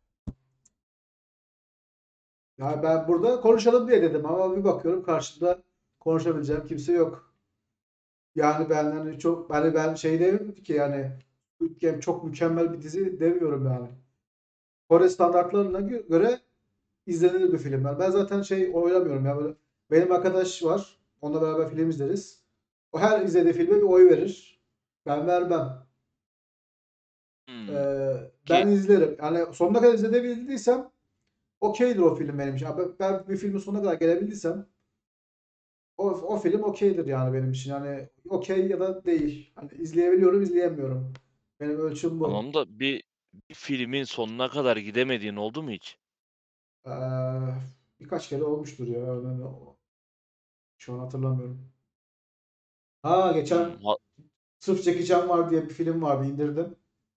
Speaker 1: Ya ben burada konuşalım diye dedim ama bir bakıyorum karşımda konuşabileceğim kimse yok. Yani ben hani çok hani ben şey demiyorum ki yani Squid Game çok mükemmel bir dizi demiyorum yani. Kore standartlarına göre izlenilir bir film. Yani ben zaten şey oylamıyorum ya böyle benim arkadaş var. Onunla beraber film izleriz. O her izlediği filme bir oy verir. Ben vermem.
Speaker 2: Hmm. Ki
Speaker 1: Ben izlerim. Yani sonuna kadar izleyebildiysem okeydir o film benim için. Ben bir filmin sonuna kadar gelebildiysem o film okeydir yani benim için. Yani okey ya da değil. Hani izleyebiliyorum, izleyemiyorum. Benim ölçüm bu.
Speaker 2: tamam da bir filmin sonuna kadar gidemediğin oldu mu hiç?
Speaker 1: Ee, Birkaç kere olmuştur ya. Şu an hatırlamıyorum. Ha
Speaker 2: Hmm.
Speaker 1: geçen sırf Jackie Chan var diye bir film vardı indirdim.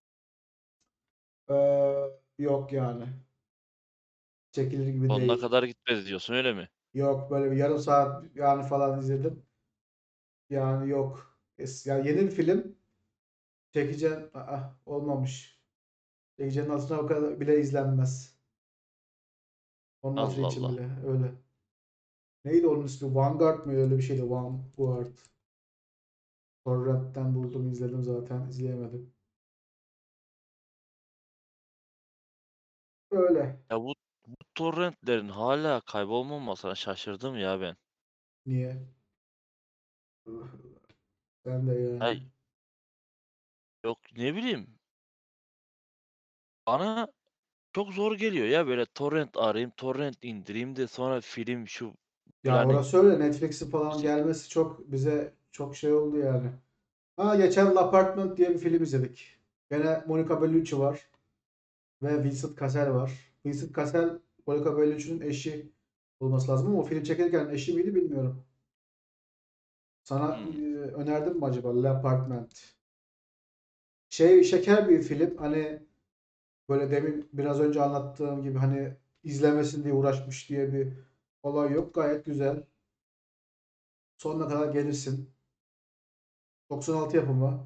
Speaker 1: Yok yani. Çekilir gibi
Speaker 2: Sonuna
Speaker 1: değil.
Speaker 2: kadar gitmedi diyorsun öyle mi?
Speaker 1: Yok böyle bir yarım saat yani falan izledim. Yani yok. Yani yeni bir film. Jackie Chan olmamış. Jackie Chan'ın altına o kadar bile izlenmez. Onun hatırı
Speaker 2: Allah
Speaker 1: için
Speaker 2: Allah.
Speaker 1: bile öyle. Neydi onun ismi? Vanguard mı? Öyle bir şeydi. Vanguard. Torrent'ten buldum izledim zaten. İzleyemedim. Öyle.
Speaker 2: Ya bu torrentlerin hala kaybolmamasına şaşırdım ya ben.
Speaker 1: Niye? Ben de yani.
Speaker 2: Ay yok ne bileyim. Bana çok zor geliyor ya böyle torrent arayayım, torrent indireyim de sonra film şu böyle
Speaker 1: Ya
Speaker 2: hani
Speaker 1: orası öyle. Netflix'in falan
Speaker 2: müzik.
Speaker 1: gelmesi çok bize çok şey oldu yani. Ha geçen L'Appartement diye bir film izledik. Gene Monica Bellucci var ve Vincent Cassel var. Vincent Cassel Monica Bellucci'nin eşi olması lazım ama o film çekilirken eşi miydi bilmiyorum. Sana
Speaker 2: Hmm.
Speaker 1: önerdim mi acaba L'Appartement? Şey şeker bir film. Hani böyle demin biraz önce anlattığım gibi hani izlemesin diye uğraşmış diye bir olay yok. Gayet güzel. Sonuna kadar gelirsin. 96 yapımı.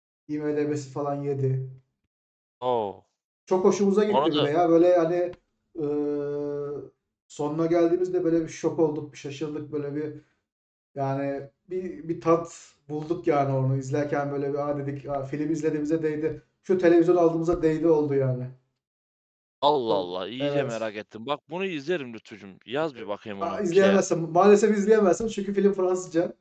Speaker 1: IMDb'si falan 7.
Speaker 2: Oo.
Speaker 1: Çok hoşumuza
Speaker 2: Onu
Speaker 1: gitti bir de
Speaker 2: da
Speaker 1: ya. Böyle hani sonuna geldiğimizde böyle bir şok olduk, bir şaşırdık, böyle bir yani bir tat bulduk yani onu izlerken böyle bir dedik film izlediğimize değdi. Şu televizyon aldığımıza değdi oldu yani.
Speaker 2: Allah
Speaker 1: Çok
Speaker 2: Allah, iyice
Speaker 1: evet.
Speaker 2: merak ettim. Bak bunu izlerim Lütfücüğüm. Yaz bir bakayım onu şeye.
Speaker 1: İzleyemezsin. Maalesef izleyemezsin çünkü film Fransızca.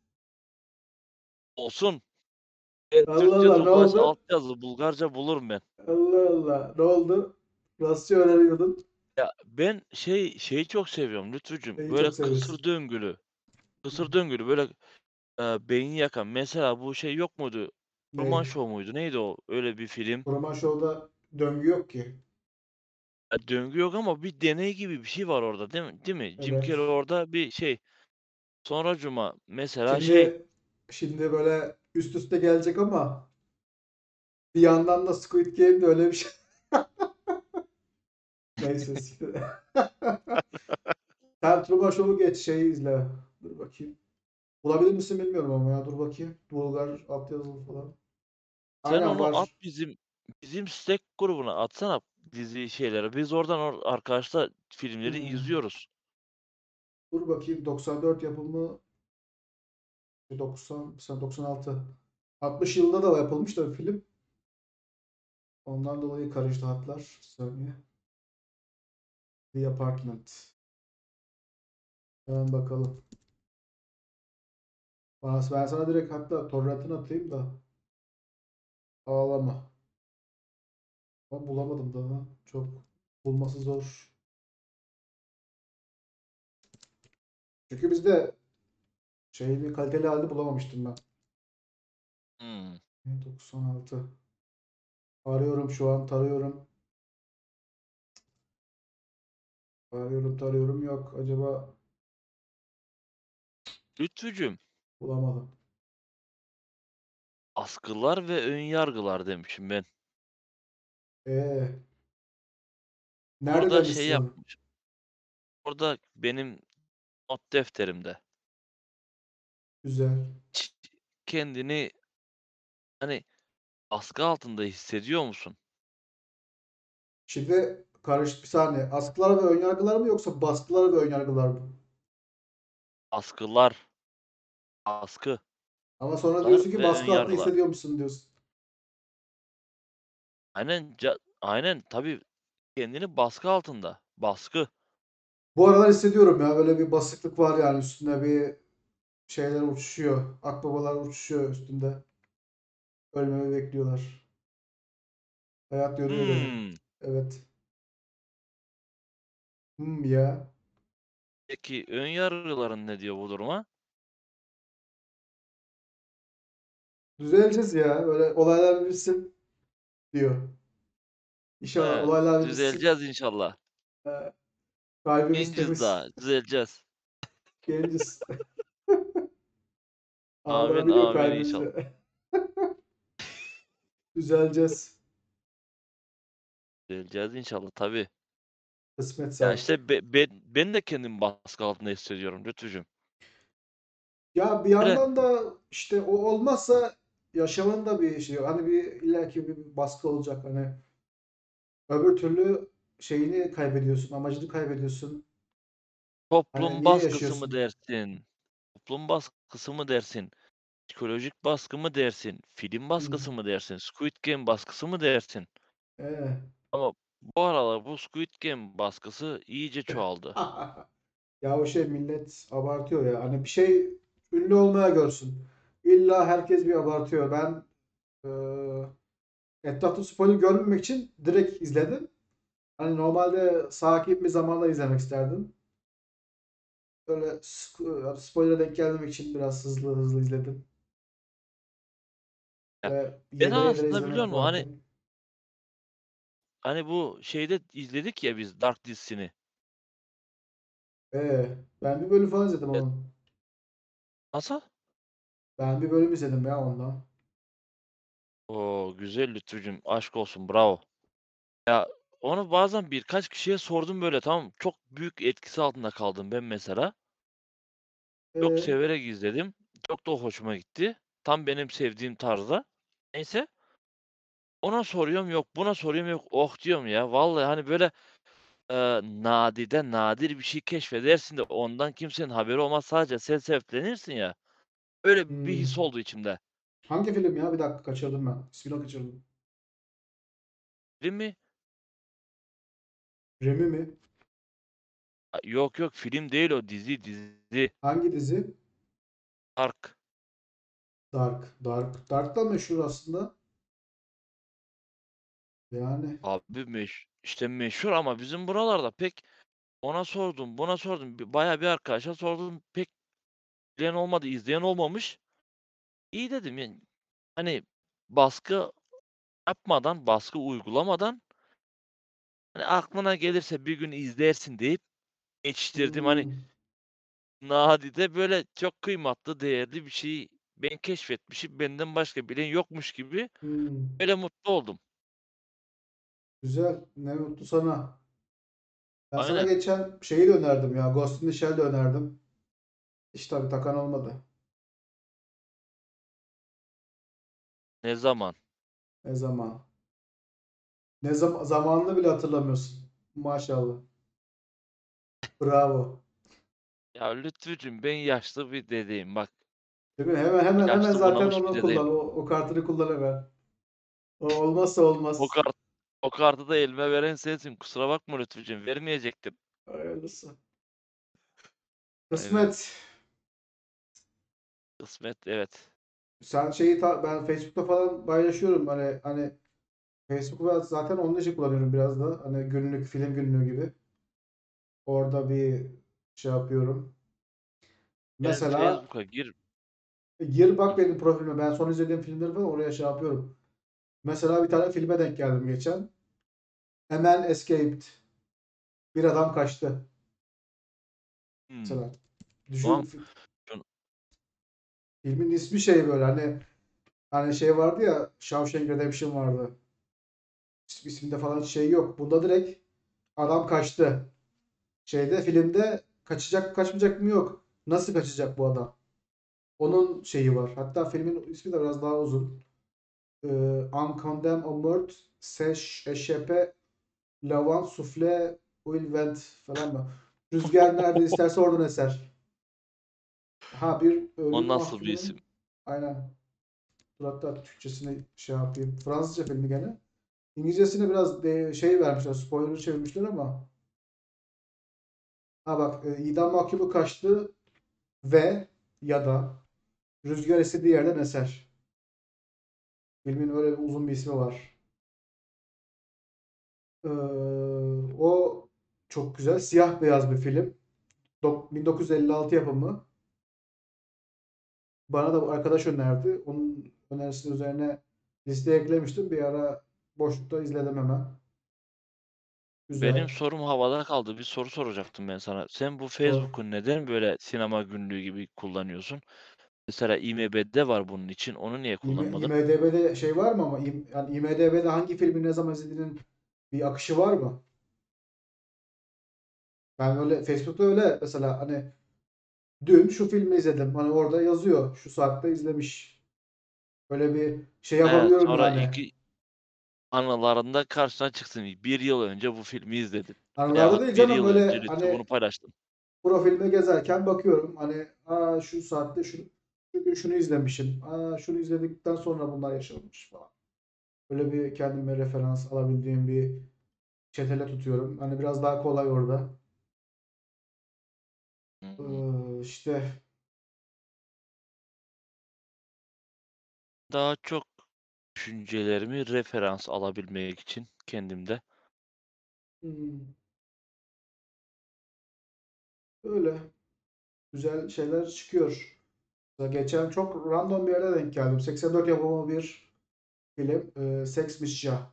Speaker 2: Olsun.
Speaker 1: Allah
Speaker 2: Türkçe
Speaker 1: Allah ne
Speaker 2: dublaj,
Speaker 1: oldu?
Speaker 2: altyazı, Bulgarca bulurum ben.
Speaker 1: Allah Allah ne oldu? Fransızca öğreniyordun.
Speaker 2: Ya ben şeyi çok seviyorum Lütfücüğüm.
Speaker 1: Neyi
Speaker 2: Böyle
Speaker 1: çok seviyorsun?
Speaker 2: kısır döngülü böyle beyni yakan. Mesela bu şey yok muydu? Truman
Speaker 1: Ne?
Speaker 2: Show muydu? Neydi o? Öyle bir film.
Speaker 1: Roman Show'da döngü yok ki.
Speaker 2: Ya, döngü yok ama bir deney gibi bir şey var orada değil mi? Değil mi? Jim
Speaker 1: Evet.
Speaker 2: Carrey orada bir şey. Sonracığıma mesela şey.
Speaker 1: Şimdi böyle üst üste gelecek ama bir yandan da Squid Game de öyle bir şey. Neyse. Sen Truman Show'u geç şeyi izle. Dur bakayım. Bulabilir misin bilmiyorum ama ya dur bakayım. Bulgar altyazılı falan.
Speaker 2: Sen
Speaker 1: Aynen
Speaker 2: onu at
Speaker 1: var.
Speaker 2: bizim Slack grubuna atsana dizi şeyleri. Biz oradan arkadaşlar filmleri
Speaker 1: Hmm.
Speaker 2: izliyoruz.
Speaker 1: Dur bakayım 94 yapımı 90 sen 96. 60 yılında da yapılmış da bir film. Ondan dolayı karıştı hatlar. Bir saniye. The Apartment. Hemen bakalım. Ben sana direkt hatta torrentini atayım da ağlama. Ama bulamadım daha. Çok bulması zor. Çünkü bizde şeyini kaliteli halde bulamamıştım ben.
Speaker 2: Hımm.
Speaker 1: 96. Arıyorum şu an tarıyorum. Arıyorum tarıyorum yok. Acaba
Speaker 2: Lütfücüğüm,
Speaker 1: bulamadım.
Speaker 2: askılar ve ön yargılar demişim ben.
Speaker 1: Ee, nerede
Speaker 2: Orada şey
Speaker 1: demişsin onu?
Speaker 2: yapmış. Orada benim not defterimde.
Speaker 1: Güzel.
Speaker 2: Hiç kendini, hani, baskı altında hissediyor musun?
Speaker 1: Şimdi karışık bir saniye. Askılar ve önyargılar mı yoksa baskılar ve önyargılar mı?
Speaker 2: Askılar, baskılar
Speaker 1: Ama sonra diyorsun ki
Speaker 2: ve ön
Speaker 1: baskı altında
Speaker 2: yargılar.
Speaker 1: hissediyor musun diyorsun.
Speaker 2: Aynen tabii kendini baskı altında. Baskı.
Speaker 1: Bu aralar hissediyorum ya böyle bir basıklık var yani üstünde bir şeyler uçuşuyor. Akbabalar uçuşuyor üstünde. Ölmemi bekliyorlar. Hayat yoruyor beni.
Speaker 2: Hımm.
Speaker 1: Evet. Ya.
Speaker 2: Peki ön yargıların ne diyor bu duruma?
Speaker 1: Düzeleceğiz ya. Böyle olaylar bitsin diyor. İnşallah
Speaker 2: He,
Speaker 1: olaylar bitsin.
Speaker 2: düzeleceğiz inşallah.
Speaker 1: Ee, kalbimiz
Speaker 2: Genciz
Speaker 1: temiz.
Speaker 2: daha, düzeleceğiz.
Speaker 1: Genciz.
Speaker 2: Amin,
Speaker 1: Ağlanabiliyor
Speaker 2: amin inşallah.
Speaker 1: kalbimizde. Düzeleceğiz.
Speaker 2: Düzeleceğiz inşallah tabii.
Speaker 1: Kısmetse
Speaker 2: Ya,
Speaker 1: artık.
Speaker 2: işte, ben de kendimi baskı altında hissediyorum Lütfücüğüm.
Speaker 1: Ya bir
Speaker 2: Böyle
Speaker 1: yandan da işte o olmazsa yaşamın da bir şey. Hani bir illaki bir baskı olacak. Hani öbür türlü şeyini kaybediyorsun, amacını kaybediyorsun. Hani
Speaker 2: toplum
Speaker 1: niye
Speaker 2: baskısı mı
Speaker 1: yaşıyorsun?
Speaker 2: dersin, toplum baskısı mı dersin, psikolojik baskı mı dersin, film
Speaker 1: Hı.
Speaker 2: baskısı mı dersin, Squid Game baskısı mı dersin?
Speaker 1: Ee.
Speaker 2: Ama bu aralar bu Squid Game baskısı iyice çoğaldı.
Speaker 1: Ya o şey millet abartıyor ya. Hani bir şey ünlü olmaya görsün. İlla herkes bir abartıyor. Ben etrafta spoiler görmemek için direkt izledim. Hani normalde sakin bir zamanda izlemek isterdim. Böyle spoiler'a denk gelmemek için biraz hızlı hızlı izledim.
Speaker 2: Ya,
Speaker 1: Ve
Speaker 2: ben
Speaker 1: yedire yedire
Speaker 2: aslında biliyor
Speaker 1: izlemek
Speaker 2: musun, hani
Speaker 1: varken.
Speaker 2: bu şeyde izledik ya biz Dark dizisini.
Speaker 1: Ben bir bölüm falan izledim
Speaker 2: E,
Speaker 1: onun.
Speaker 2: nasıl?
Speaker 1: Ben bir bölüm izledim ya ondan.
Speaker 2: O güzel Lütfücüğüm, aşk olsun, bravo. Ya, onu bazen birkaç kişiye sordum böyle, tamam mı? Çok büyük etkisi altında kaldım ben mesela. Çok
Speaker 1: Ee,
Speaker 2: severek izledim. Çok da hoşuma gitti. Tam benim sevdiğim tarzda. Neyse, ona soruyorum yok, buna soruyorum yok. Oh diyorum ya, vallahi hani böyle nadide nadir bir şey keşfedersin de ondan kimsenin haberi olmaz. Sadece sen sebeplenirsin ya. Öyle bir his
Speaker 1: Hmm.
Speaker 2: oldu içimde.
Speaker 1: Hangi film ya? Bir dakika kaçırdım ben. İsmini kaçırdım.
Speaker 2: Değil mi?
Speaker 1: Remy mi?
Speaker 2: Yok yok film değil o dizi.
Speaker 1: Hangi dizi?
Speaker 2: Dark.
Speaker 1: Dark. Dark. Dark da meşhur aslında. Yani.
Speaker 2: Abi işte meşhur ama bizim buralarda pek ona sordum, buna sordum. Bayağı bir arkadaşa sordum. Pek bilen olmadı, izleyen olmamış. İyi dedim yani. Hani baskı yapmadan, baskı uygulamadan hani aklına gelirse bir gün izlersin deyip geçiştirdim. Hani
Speaker 1: Hmm.
Speaker 2: nadide böyle çok kıymetli, değerli bir şeyi ben keşfetmişim. Benden başka bilen yokmuş gibi
Speaker 1: Hmm.
Speaker 2: öyle mutlu oldum.
Speaker 1: Güzel. Ne mutlu sana. Ben sana
Speaker 2: Aynen.
Speaker 1: geçen şeyi de önerdim ya. Ghost in the Shell de önerdim. Hiç tabii takan olmadı.
Speaker 2: Ne zaman?
Speaker 1: Ne zaman? Ne zaman zamanını bile hatırlamıyorsun. Maşallah. Bravo.
Speaker 2: Ya Lütfücüğüm ben yaşlı bir dedeyim bak.
Speaker 1: Değil mi? Hemen
Speaker 2: Yaşlı
Speaker 1: zaten
Speaker 2: bunamış bir
Speaker 1: onu kullan.
Speaker 2: dedeyim.
Speaker 1: O kartını kullan hemen. O olmazsa
Speaker 2: O
Speaker 1: olmaz.
Speaker 2: kart o kartı da elime veren sensin. Kusura bakma Lütfücüğüm. Vermeyecektim.
Speaker 1: Hayırlısı.
Speaker 2: Aynen.
Speaker 1: Kısmet.
Speaker 2: Kısmet evet.
Speaker 1: Sen ben Facebook'ta falan paylaşıyorum. Hani Facebook'u ben zaten onun için kullanıyorum biraz da. Hani günlük film günlüğü gibi. Orada bir şey yapıyorum.
Speaker 2: Benim
Speaker 1: Mesela
Speaker 2: Facebook'a gir.
Speaker 1: gir bak
Speaker 2: Hı.
Speaker 1: benim profilime. Ben son izlediğim filmleri falan oraya şey yapıyorum. Mesela bir tane filme denk geldim geçen. A Man Escaped. Bir adam kaçtı.
Speaker 2: Hımm.
Speaker 1: Mesela düşün
Speaker 2: Tamam. Şunu
Speaker 1: filmin ismi şey böyle hani şey vardı ya Shawshank Redemption vardı. İsminde falan hiç şey yok. Bunda direkt adam kaçtı. Filmde kaçacak kaçmayacak mı yok. Nasıl kaçacak bu adam? Onun şeyi var. Hatta filmin ismi de biraz daha uzun. Uncondemned à mort, sèche, échappé, lavant, soufflé, will vent falan mı? Rüzgar nerede isterse oradan eser. Ha bir
Speaker 2: o
Speaker 1: ölüm
Speaker 2: nasıl bir isim?
Speaker 1: mahkumunun aynen. Dur hatta Türkçesini şey yapayım. Fransızca filmi gene. İngilizcesine biraz şey vermişler. Spoiler çevirmişler ama. Ha bak idam mahkumu kaçtı ve ya da rüzgar istediği yerden eser. Filmin öyle bir uzun bir ismi var. Ee, o çok güzel. Siyah beyaz bir film. 1956 yapımı. Bana da arkadaş önerdi. Onun önerisinin üzerine listeye eklemiştim. Bir ara boşlukta izledim hemen.
Speaker 2: Benim
Speaker 1: Güzel.
Speaker 2: sorum havada kaldı. Bir soru soracaktım ben sana. Sen bu
Speaker 1: Sor.
Speaker 2: Facebook'u neden böyle sinema günlüğü gibi kullanıyorsun? Mesela IMDb'de var bunun için. Onu niye kullanmadın?
Speaker 1: IMDb'de şey var mı ama yani IMDb'de hangi filmi ne zaman izlediğinin bir akışı var mı? Ben öyle Facebook'ta öyle mesela hani dün şu filmi izledim. Hani orada yazıyor. Şu saatte izlemiş. Öyle bir şey yapabiliyorum
Speaker 2: Sonra
Speaker 1: yani.
Speaker 2: iki anılarında karşına çıksın. Bir yıl önce bu filmi izledim.
Speaker 1: Anılarda
Speaker 2: Veyahut
Speaker 1: değil
Speaker 2: bir
Speaker 1: canım
Speaker 2: yıl önce
Speaker 1: öyle
Speaker 2: lütfen
Speaker 1: hani
Speaker 2: bunu paylaştım.
Speaker 1: profilime gezerken bakıyorum hani şu saatte şu gün şunu izlemişim. Şunu izledikten sonra bunlar yaşanmış falan. Böyle bir kendime referans alabildiğim bir çetele tutuyorum. Hani biraz daha kolay orada.
Speaker 2: Hmm.
Speaker 1: İşte
Speaker 2: Daha çok düşüncelerimi referans alabilmek için kendimde.
Speaker 1: hmm, öyle güzel şeyler çıkıyor. Mesela geçen çok random bir yere denk geldim. 84 yapımı bir film. Sex Mishya.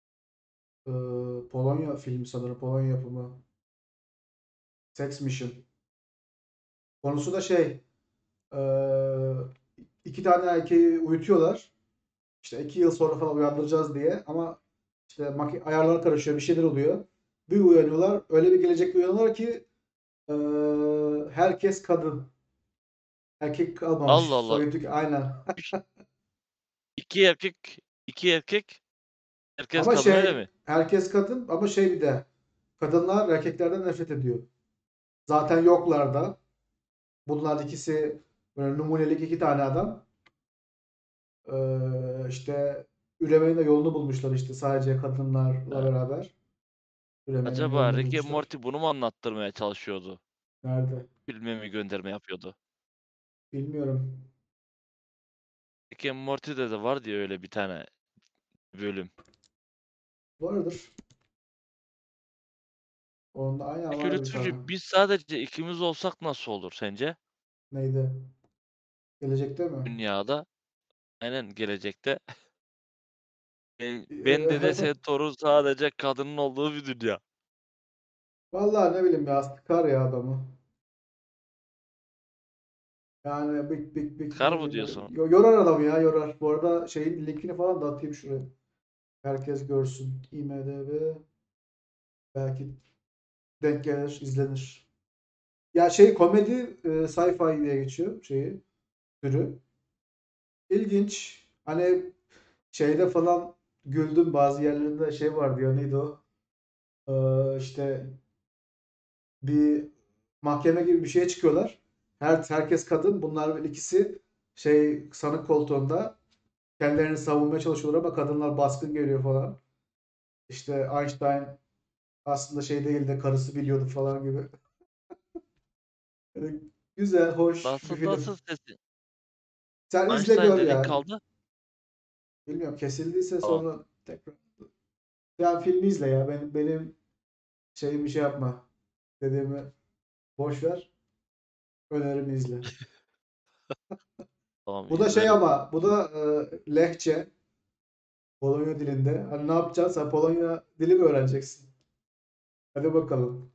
Speaker 1: Polonya filmi sanırım. Polonya yapımı. Sex Mission. Konusu da Ee, iki tane erkeği uyutuyorlar. İşte 2 yıl sonra falan uyandıracağız diye. Ama işte ayarlar karışıyor. Bir şeyler oluyor. Bir uyanıyorlar. Öyle bir gelecekte uyanıyorlar ki herkes kadın. Erkek
Speaker 2: Allah
Speaker 1: kalmamış.
Speaker 2: Allah.
Speaker 1: Soyuntuk aynen.
Speaker 2: Üç, iki erkek, iki erkek, herkes
Speaker 1: Ama
Speaker 2: kadın öyle mi?
Speaker 1: herkes kadın ama bir de kadınlar erkeklerden nefret ediyor. Zaten yoklar da. Bunlar ikisi böyle numunelik iki tane adam. İşte üremenin de yolunu bulmuşlar işte sadece kadınlarla
Speaker 2: Eee,
Speaker 1: beraber. Üremenin
Speaker 2: acaba
Speaker 1: yolunu
Speaker 2: Rick and
Speaker 1: bulmuşlar.
Speaker 2: Morty bunu mu anlattırmaya çalışıyordu?
Speaker 1: Nerede?
Speaker 2: Filme mi gönderme yapıyordu?
Speaker 1: Bilmiyorum.
Speaker 2: Rick and Morty'de de var diye öyle bir tane bölüm.
Speaker 1: Vardır. Onda aynen
Speaker 2: Peki
Speaker 1: vardı bir tane.
Speaker 2: Lütfücüğüm, biz sadece ikimiz olsak nasıl olur sence?
Speaker 1: Neydi? Gelecekte mi?
Speaker 2: Dünyada, aynen gelecekte. Ben Dede Sen Torun sadece kadının olduğu bir dünya.
Speaker 1: Vallahi ne bileyim ya sıkar ya adamı. Yani bik
Speaker 2: Kar
Speaker 1: ne
Speaker 2: mı
Speaker 1: bileyim böyle.
Speaker 2: diyorsun?
Speaker 1: Yorar adamı ya yorar. Bu arada şeyin linkini falan da atayım şuraya. Herkes görsün. IMDb belki denk gelir, izlenir. Ya şey komedi sci-fi diye geçiyor şeyi türü. İlginç. Hani şeyde falan güldüm bazı yerlerinde şey vardı ya neydi o? İşte bir mahkeme gibi bir şeye çıkıyorlar. Herkes kadın. Bunlar ikisi şey sanık koltuğunda kendilerini savunmaya çalışıyorlar ama kadınlar baskın geliyor falan. İşte Einstein aslında şey değil de karısı biliyordu falan gibi. Yani güzel, hoş bir
Speaker 2: Nasıl
Speaker 1: film.
Speaker 2: sesi?
Speaker 1: Sen izle
Speaker 2: Einstein
Speaker 1: gör
Speaker 2: dedin
Speaker 1: ya.
Speaker 2: kaldı.
Speaker 1: Bilmiyorum kesildiyse
Speaker 2: Tamam.
Speaker 1: sonra tekrar. Ya filmi izle ya. Benim şeyimi şey yapma. Dediğimi boş ver. Önerimi izle.
Speaker 2: Tamam
Speaker 1: Bu da şey
Speaker 2: izlerim.
Speaker 1: ama bu da lehçe. Polonya dilinde. Hani ne yapacaksın? Sen Polonya dili mi öğreneceksin? Hadi bakalım.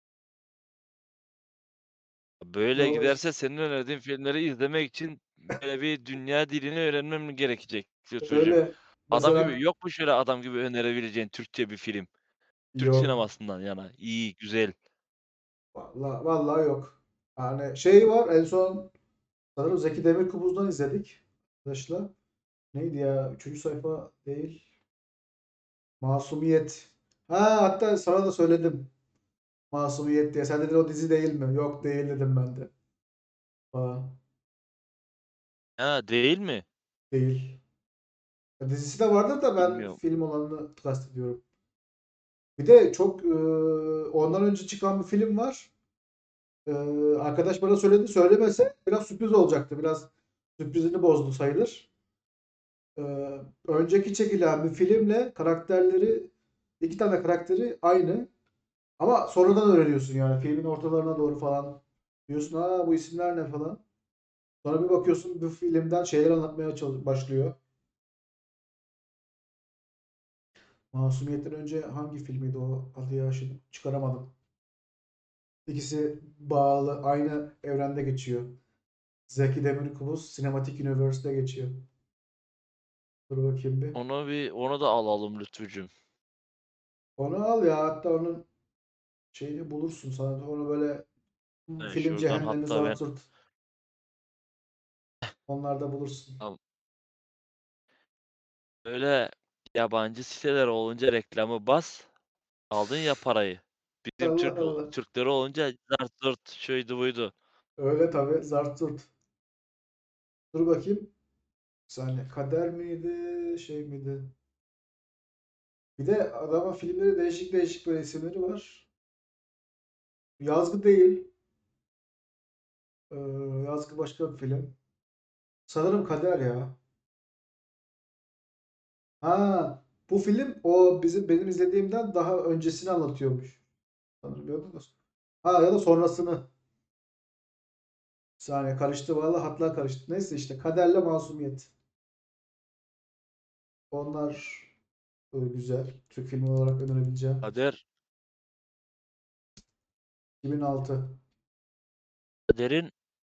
Speaker 2: Böyle
Speaker 1: Hoş.
Speaker 2: giderse senin önerdiğin filmleri izlemek için böyle bir dünya dilini öğrenmem gerekecek Lütfücüğüm.
Speaker 1: Öyle.
Speaker 2: Adam gibi
Speaker 1: Mesela
Speaker 2: yok mu şöyle adam gibi önerebileceğin Türkçe bir film? Türk
Speaker 1: yok.
Speaker 2: sinemasından yana. İyi, güzel.
Speaker 1: Vallahi yok. Yani şey var en son sanırım Zeki Demirkubuz'dan izledik arkadaşlar. Neydi ya? Üçüncü sayfa değil. Masumiyet. Ha hatta sana da söyledim. Masumiyet diye. Sen dedin o dizi değil mi? Yok değil dedim ben de. Aa,
Speaker 2: Ha, değil mi?
Speaker 1: değil. Dizisi de vardır da ben
Speaker 2: Bilmiyorum.
Speaker 1: film olanını kastediyorum. Bir de çok ondan önce çıkan bir film var. E, arkadaş bana söyledi. Söylemese biraz sürpriz olacaktı. Biraz sürprizini bozdu sayılır. E, önceki çekilen bir filmle karakterleri iki tane karakteri aynı. Ama sonradan öğreniyorsun yani. Filmin ortalarına doğru falan. Diyorsun aa bu isimler ne falan. Sonra bir bakıyorsun bu filmden şeyler anlatmaya başlıyor. Masumiyet'ten önce hangi filmiydi o? Adı ya şimdi çıkaramadım. İkisi bağlı, aynı evrende geçiyor. Zeki Demirkubuz Cinematic Universe'de geçiyor. Dur bakayım bir.
Speaker 2: Onu da alalım Lütfücüğüm.
Speaker 1: Onu al ya hatta onun şeyini bulursun sana. Onu böyle film
Speaker 2: Şuradan
Speaker 1: cehennemi
Speaker 2: hatta
Speaker 1: zart
Speaker 2: ben
Speaker 1: zurt onlarda bulursun.
Speaker 2: tam böyle yabancı siteler olunca reklamı bas, aldın ya parayı. Bizim
Speaker 1: Allah Allah.
Speaker 2: Türkleri olunca zart zurt şuydu buydu.
Speaker 1: Öyle tabii zart zurt. Dur bakayım. Bir saniye. Kader miydi? Şey miydi? Bir de adamın filmleri değişik değişik böyle isimleri var. Yazgı değil. Ee, yazgı başka bir film. Sanırım Kader ya. Ha, bu film o benim izlediğimden daha öncesini anlatıyormuş. Sanırım ya da, ha, ya da sonrasını. Bir saniye karıştı vallahi hatlar karıştı. Neyse işte Kaderle Masumiyet. Onlar güzel. Türk filmi olarak önerebileceğim.
Speaker 2: Kader,
Speaker 1: 2006.
Speaker 2: Kader'in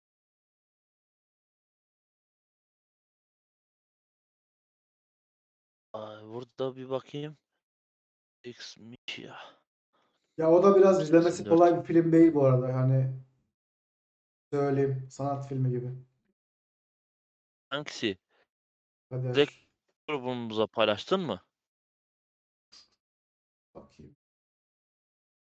Speaker 2: burada bir bakayım. X'miş ya.
Speaker 1: Ya o da biraz izlemesi
Speaker 2: 2004.
Speaker 1: kolay bir film değil bu arada. Hani söyleyeyim sanat filmi gibi.
Speaker 2: Hangisi?
Speaker 1: Kader.
Speaker 2: Direkt grubumuza paylaştın mı?
Speaker 1: Bakayım.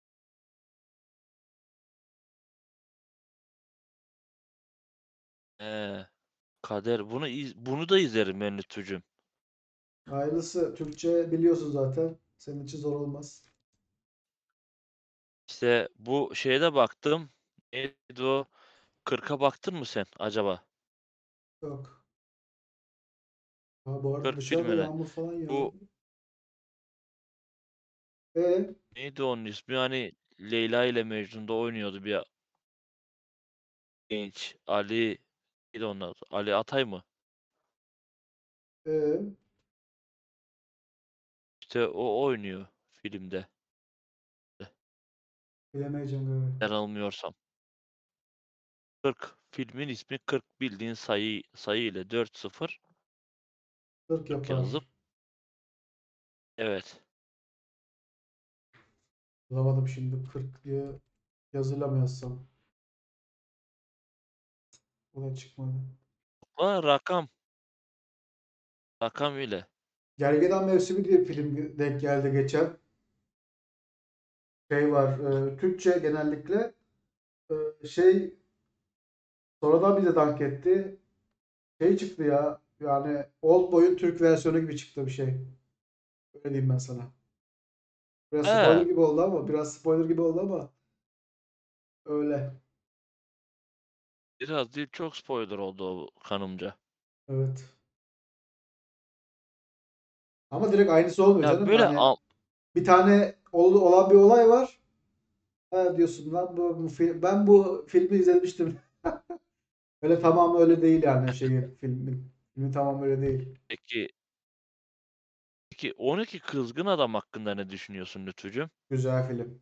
Speaker 2: Kader. Bunu da izlerim ben Lütfücüğüm.
Speaker 1: Hayırlısı, Türkçe biliyorsun zaten. Senin için zor olmaz.
Speaker 2: İşte bu şeye de baktım. Neydi o? 40'a baktın mı sen acaba?
Speaker 1: Yok. Ha, bu arada
Speaker 2: 40
Speaker 1: dışarıda
Speaker 2: filmine.
Speaker 1: yağmur falan
Speaker 2: Bu
Speaker 1: yağıyor. E,
Speaker 2: neydi onun ismi? Hani Leyla ile Mecnun'da oynuyordu bir genç. Ali neydi onun adı? Ali Atay mı?
Speaker 1: e,
Speaker 2: İşte o oynuyor filmde.
Speaker 1: bilemeyeceğim galiba.
Speaker 2: Yanılmıyorsam. 40. Filmin ismi 40, bildiğin sayı ile 4-0
Speaker 1: 40
Speaker 2: 40 yazıp
Speaker 1: yapar.
Speaker 2: evet.
Speaker 1: Bulamadım şimdi 40 diye yazıyla mı yazsam? O da çıkmadı.
Speaker 2: Rakam ile.
Speaker 1: Gergedan Mevsimi diye bir film denk geldi geçen. Şey var, Türkçe genellikle. Şey, sonradan bize dank etti. Şey çıktı ya, yani Oldboy'un Türk versiyonu gibi çıktı bir şey. Öyle diyeyim ben sana. Biraz spoiler
Speaker 2: He,
Speaker 1: gibi oldu ama, biraz spoiler gibi oldu ama öyle.
Speaker 2: biraz değil çok spoiler oldu o kanımca.
Speaker 1: Evet. Ama direkt aynısı olmuyor
Speaker 2: Ya
Speaker 1: canım.
Speaker 2: böyle
Speaker 1: Hani bir tane olan bir olay var. Ha diyorsun lan, bu film, ben bu filmi izlemiştim. Öyle tamamı öyle değil yani şeyin, filmin. Filmi tamamı öyle değil.
Speaker 2: peki, peki 12 Kızgın Adam hakkında ne düşünüyorsun Lütfücüğüm?
Speaker 1: Güzel film.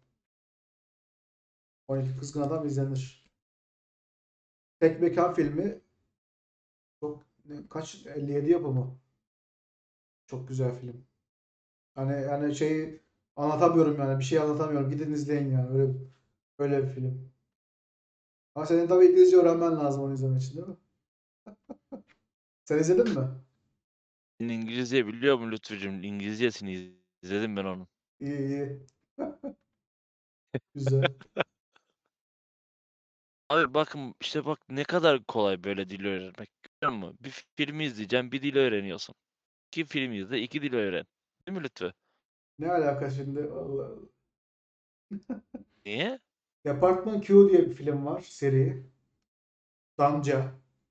Speaker 1: 12 Kızgın Adam izlenir. Tek Mekan filmi çok, kaç, 57 yapımı. Çok güzel film. Hani yani şeyi anlatamıyorum yani. Bir şey anlatamıyorum. Gidin izleyin yani. Öyle bir film. Ama senin tabii İngilizce öğrenmen lazım onu izlemek için, değil mi? Sen izledin mi?
Speaker 2: Sen İngilizce biliyor musun Lütfücüğüm? İngilizcesini izledim ben onun.
Speaker 1: İyi iyi. Güzel.
Speaker 2: Abi bakın işte bak ne kadar kolay böyle dil öğrenmek. Görüyor musun? Bir filmi izleyeceğim, bir dil öğreniyorsun. İki film izle, iki dil öğren. Değil mi Lütfü?
Speaker 1: Ne alaka şimdi? Allah Allah.
Speaker 2: Niye?
Speaker 1: Departman Q diye bir film var. Seri. Damca.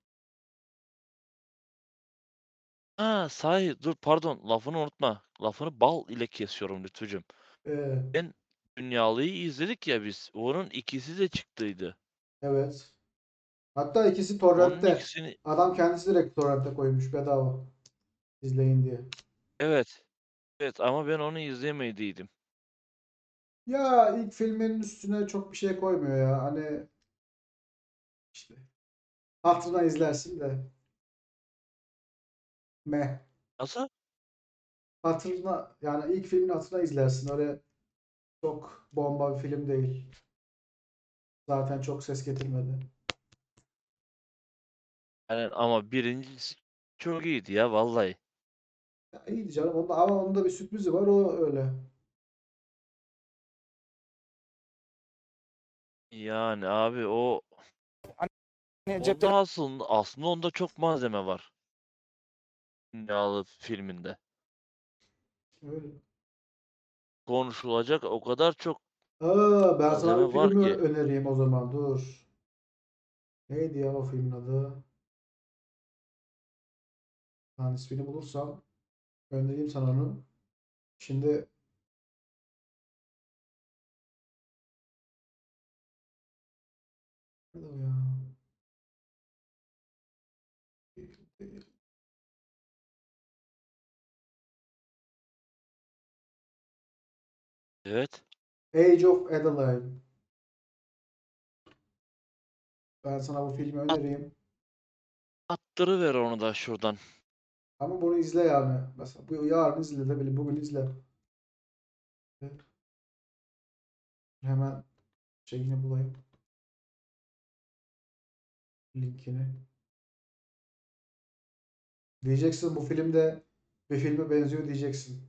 Speaker 2: Ha sahi dur pardon lafını unutma. Lafını bal ile kesiyorum Lütfücüğüm.
Speaker 1: Ee,
Speaker 2: Ben Dünyalı'yı izledik ya biz. Onun ikisi de çıktıydı.
Speaker 1: evet. Hatta ikisi
Speaker 2: Onun
Speaker 1: torrentte.
Speaker 2: ikisini
Speaker 1: Adam kendisi direkt torrente koymuş bedava. İzleyin diye.
Speaker 2: evet. Evet ama ben onu izlemediydim.
Speaker 1: Ya ilk filmin üstüne çok bir şey koymuyor ya. Hani işte hatırına izlersin de. Meh.
Speaker 2: Nasıl?
Speaker 1: Hatırına, yani ilk filmin hatırına izlersin. Öyle çok bomba bir film değil. Zaten çok ses getirmedi.
Speaker 2: Yani ama birincisi çok iyiydi ya vallahi.
Speaker 1: Ya iyiydi canım. Ama onun da bir sürprizi var. O öyle.
Speaker 2: Yani abi o
Speaker 3: Hani cep
Speaker 2: onda aslında onda çok malzeme var. Dünyalı filminde.
Speaker 1: Öyle.
Speaker 2: Konuşulacak o kadar çok
Speaker 1: Ben sana bir
Speaker 2: malzeme var
Speaker 1: film
Speaker 2: ki.
Speaker 1: önereyim o zaman. Dur. Neydi ya o filmin adı? Ben ismini bulursam önereyim sana onu. Şimdi nerede o ya?
Speaker 2: Evet.
Speaker 1: Age of Adaline. Ben sana bu filmi
Speaker 2: At,
Speaker 1: önereyim.
Speaker 2: attırıver onu da şuradan.
Speaker 1: Ama bunu izle yani. Mesela bu yarın izle de bile bugün izle. Hemen şeyini bulayım. Linkini. Diyeceksin bu filmde bir filme benziyor diyeceksin.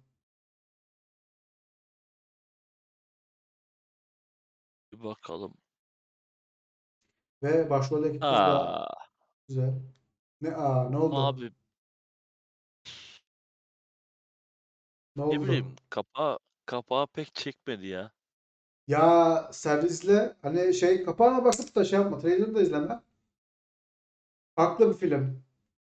Speaker 2: Bir bakalım.
Speaker 1: Ve başroldeki kız da
Speaker 2: Aa.
Speaker 1: Güzel. Ne
Speaker 2: Ama
Speaker 1: oldu?
Speaker 2: abi
Speaker 1: Ne
Speaker 2: ne
Speaker 1: oldu?
Speaker 2: bileyim kapağı pek çekmedi ya.
Speaker 1: Ya sen izle. Hani şey kapağına bakıp da şey yapma. Trailer'ı da izleme. Farklı bir film.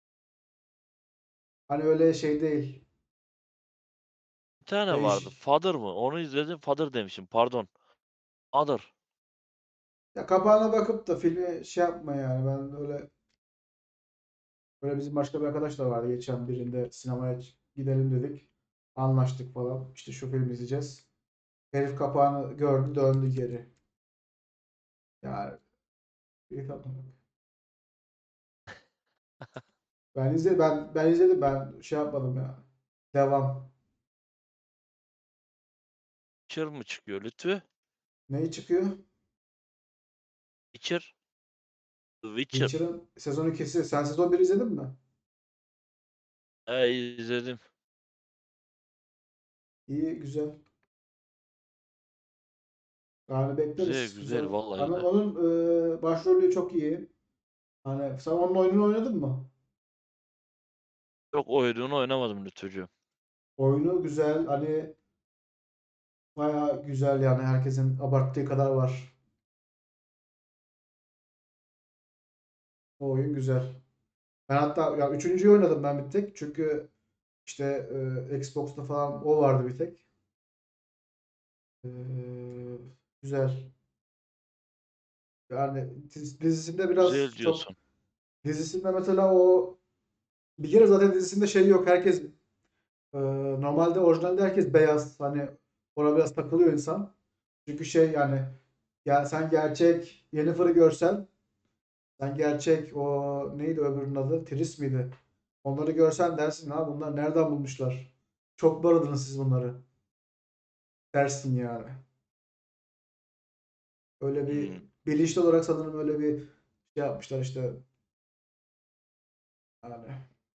Speaker 1: Hani öyle şey değil.
Speaker 2: Bir tane vardı.
Speaker 1: Değiş.
Speaker 2: Father mı? Onu izledim. Father demişim. Pardon. Other.
Speaker 1: Ya kapağına bakıp da filmi şey yapma yani. Ben öyle bizim başka bir arkadaş da vardı. Geçen birinde sinemaya gidelim dedik. Anlaştık falan. İşte şu filmi izleyeceğiz. Herif kapağını gördü döndü geri. Yani bir kapağını. Ben izledim ben şey yapmadım ya. Devam.
Speaker 2: Witcher mı çıkıyor Lütfü?
Speaker 1: Neyi çıkıyor?
Speaker 2: Witcher. The Witcher.
Speaker 1: Witcher'ın sezon 2'si. Sen sezon 1 izledin mi?
Speaker 2: İzledim.
Speaker 1: İyi, güzel. Yani
Speaker 2: Güzel
Speaker 1: bekleriz. Güzel.
Speaker 2: güzel. Vallahi
Speaker 1: Ama
Speaker 2: güzel.
Speaker 1: onun başrolü çok iyi. Hani sen onun oyununu oynadın mı?
Speaker 2: Yok oyununu oynamadım Lütfücüğüm.
Speaker 1: Oyunu güzel. Hani bayağı güzel yani. Herkesin abarttığı kadar var. O oyun güzel. Ben hatta ya üçüncüyü oynadım ben bir tek. Çünkü işte Xbox'ta falan o vardı bir tek. E, güzel. Yani dizisinde
Speaker 2: Güzel
Speaker 1: biraz çok
Speaker 2: diyorsun.
Speaker 1: dizisinde mesela o bir kere zaten dizisinde şey yok. Herkes normalde orijinalde herkes beyaz. Hani ona biraz takılıyor insan. Çünkü şey yani sen gerçek Yennefer'ı görsen sen gerçek o neydi öbürünün adı? Triss miydi? Onları görsen dersin ha bunlar nereden bulmuşlar? Çok mu aradınız siz bunları? Dersin yani. Öyle bir
Speaker 2: Hmm.
Speaker 1: bilinçli olarak sanırım öyle bir şey yapmışlar işte. Yani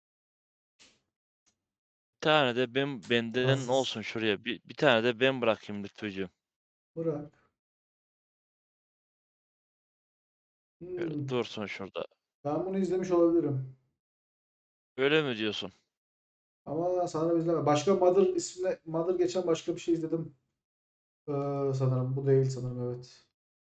Speaker 2: Bir tane de benden
Speaker 1: tatsız.
Speaker 2: olsun şuraya. Bir tane de ben bırakayım Lütfücüğüm.
Speaker 1: Bırak.
Speaker 2: Şöyle
Speaker 1: Hmm,
Speaker 2: dursun şurada.
Speaker 1: ben bunu izlemiş olabilirim.
Speaker 2: Öyle mi diyorsun?
Speaker 1: Ama sanırım izleme. Başka Mother ismine Mother geçen başka bir şey izledim. Sanırım. Bu değil sanırım evet.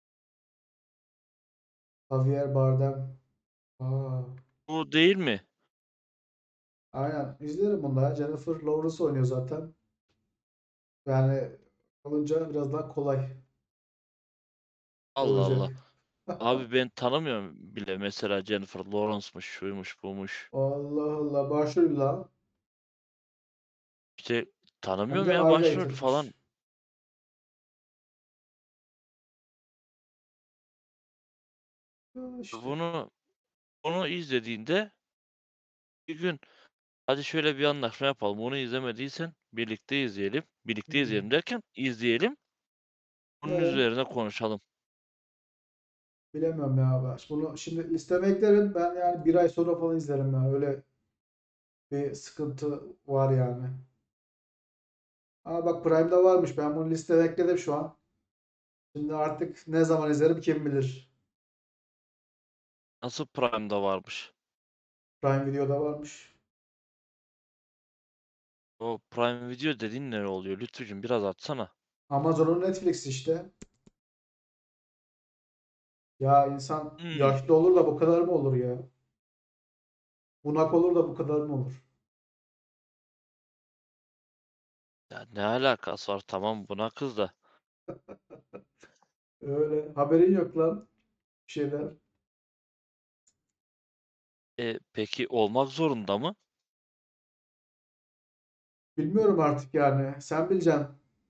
Speaker 1: Javier Bardem. Aa,
Speaker 2: Bu değil mi?
Speaker 1: aynen. İzlerim bunu da. Jennifer Lawrence oynuyor zaten. Yani olunca biraz daha kolay
Speaker 2: Allah
Speaker 1: olacak.
Speaker 2: Allah. Abi ben tanımıyorum bile mesela Jennifer Lawrence'mış, şuymuş, buymuş.
Speaker 1: Allah Allah. Başrol la.
Speaker 2: İşte
Speaker 1: Hem
Speaker 2: tanımıyorum
Speaker 1: de
Speaker 2: ya
Speaker 1: R-rated
Speaker 2: başrol
Speaker 1: çıkmış.
Speaker 2: falan.
Speaker 1: İşte.
Speaker 2: Bunu izlediğinde bir gün hadi şöyle bir anlaşma yapalım. Onu izlemediysen birlikte izleyelim. Birlikte
Speaker 1: Hmm.
Speaker 2: izleyelim derken izleyelim. Bunun
Speaker 1: Ee,
Speaker 2: üzerine konuşalım.
Speaker 1: bilemiyorum ya. Bunu şimdi listeme eklerim. Ben yani bir ay sonra falan izlerim yani. Öyle bir sıkıntı var yani. Aa bak Prime'da varmış. Ben bunu listeme ekledim şu an. Şimdi artık ne zaman izlerim kim bilir.
Speaker 2: Nasıl Prime'da varmış?
Speaker 1: Prime Video'da varmış.
Speaker 2: O Prime Video dediğin ne oluyor? Lütfücüğüm biraz atsana.
Speaker 1: Amazon'un Netflix işte. Ya insan
Speaker 2: Hmm.
Speaker 1: yaşlı olur da bu kadar mı olur ya? Bunak olur da bu kadar mı olur?
Speaker 2: Ya ne alakası var? Tamam buna kız da.
Speaker 1: Öyle. Haberin yok lan. Bir şeyler.
Speaker 2: Peki olmak zorunda mı?
Speaker 1: Bilmiyorum artık yani. Sen bileceksin.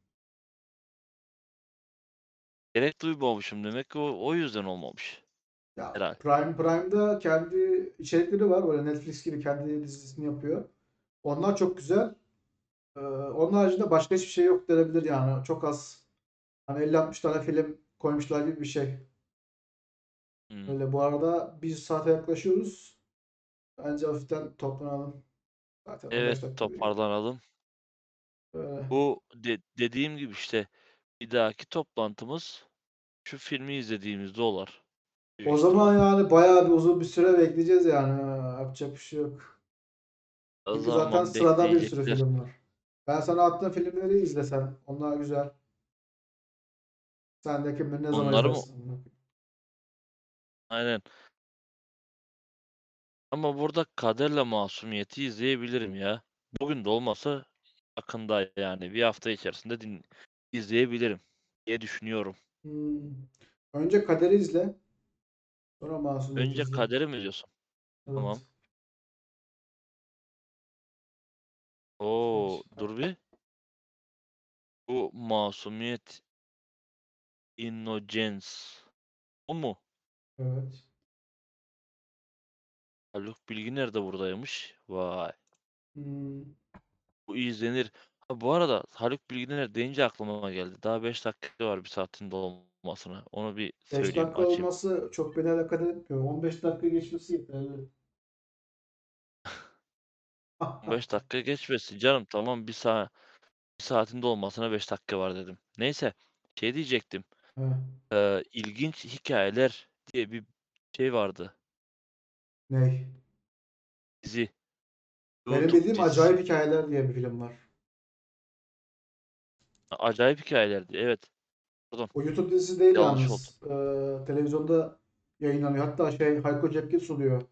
Speaker 2: Gerek duymamışım demek ki o yüzden olmamış.
Speaker 1: Ya
Speaker 2: Herhal.
Speaker 1: Prime'da kendi içerikleri var. Böyle Netflix gibi kendi dizisini yapıyor. Onlar çok güzel. Onun haricinde başka hiçbir şey yok denebilir yani. Çok az. Hani 50-60 tane film koymuşlar gibi bir şey.
Speaker 2: Hmm.
Speaker 1: Öyle bu arada bir saate yaklaşıyoruz. Bence hafiften toplanalım. Zaten
Speaker 2: Evet
Speaker 1: 15 dakika diyor.
Speaker 2: toparlanalım.
Speaker 1: Öyle.
Speaker 2: Bu dediğim gibi işte bir dahaki toplantımız şu filmi izlediğimizde olur. Büyük
Speaker 1: O
Speaker 2: ihtimal.
Speaker 1: zaman yani bayağı bir uzun bir süre bekleyeceğiz yani. Yapacak bir şey yok.
Speaker 2: O
Speaker 1: Çünkü zaten
Speaker 2: zaman
Speaker 1: sırada bir sürü
Speaker 2: bekleyecekler.
Speaker 1: film var. Ben sana attığım filmleri izlesen. Onlar güzel. Sen de kim bilir ne zaman
Speaker 2: Onları mı?
Speaker 1: izlersin.
Speaker 2: Aynen. Ama burada Kaderle Masumiyet'i izleyebilirim ya. Bugün de olmasa yakında yani bir hafta içerisinde izleyebilirim diye düşünüyorum.
Speaker 1: Hmm. Önce Kader'i izle. Sonra Masumiyet'i
Speaker 2: Önce
Speaker 1: izle.
Speaker 2: Kader'i mi diyorsun? Tamam.
Speaker 1: Evet.
Speaker 2: Oo, dur bir. Bu Masumiyet Innocence. O mu?
Speaker 1: Evet.
Speaker 2: Haluk Bilginer de buradaymış. Vay.
Speaker 1: Hmm.
Speaker 2: Bu izlenir. Ha, bu arada Haluk Bilginer deyince aklıma geldi. Daha 5 dakika var bir saatin dolmasına. Onu bir
Speaker 1: 5
Speaker 2: söyleyeyim,
Speaker 1: dakika
Speaker 2: açayım.
Speaker 1: olması çok beni alakadar etmiyor. 15 dakika geçmesi yeterli.
Speaker 2: 15 dakika geçmesin canım. Tamam, bir saatin dolmasına 5 dakika var dedim. Neyse, şey diyecektim.
Speaker 1: Heh.
Speaker 2: İlginç hikayeler diye bir şey vardı.
Speaker 1: Ney?
Speaker 2: Dizi.
Speaker 1: Benim
Speaker 2: YouTube
Speaker 1: bildiğim
Speaker 2: dizisi.
Speaker 1: Acayip Hikayeler diye bir film var.
Speaker 2: Acayip hikayelerdi. Evet. Pardon.
Speaker 1: O YouTube dizisi değil
Speaker 2: Yanlış oldu.
Speaker 1: yalnız. Televizyonda yayınlanıyor. Hatta Hayko Cepkin sunuyor.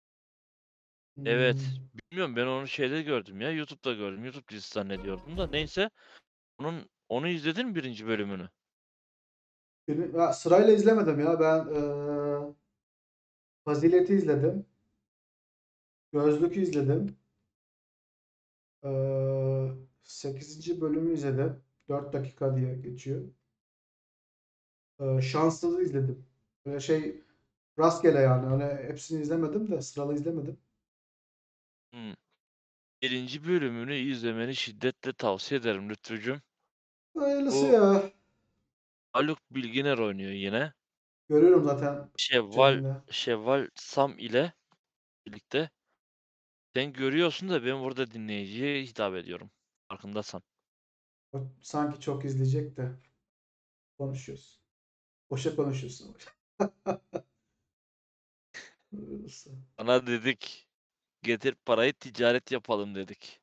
Speaker 1: Hmm.
Speaker 2: Evet. Bilmiyorum, ben onu şeyde gördüm ya. YouTube'da gördüm. YouTube dizisi zannediyordum da. Neyse. Onu izledin mi birinci bölümünü?
Speaker 1: Sırayla izlemedim ya. Ben Fazilet'i izledim. Gözlük'ü izledim. 8. bölümü izledim. 4 dakika diye geçiyor. Şanssız'ı izledim. Böyle rastgele yani. Hani hepsini izlemedim de sıralı izlemedim.
Speaker 2: Hmm. Birinci bölümünü izlemeni şiddetle tavsiye ederim Lütfücüğüm.
Speaker 1: Hayırlısı
Speaker 2: Bu
Speaker 1: ya.
Speaker 2: Haluk Bilginer oynuyor yine.
Speaker 1: Görüyorum zaten
Speaker 2: Şevval
Speaker 1: şeyinde.
Speaker 2: Şevval Sam ile birlikte. Sen görüyorsun da ben burada dinleyiciye hitap ediyorum. Farkındasan.
Speaker 1: O sanki çok izleyecek de konuşuyoruz. Boşa konuşuyorsun. Hayırlısı.
Speaker 2: Ana dedik, getir parayı ticaret yapalım dedik.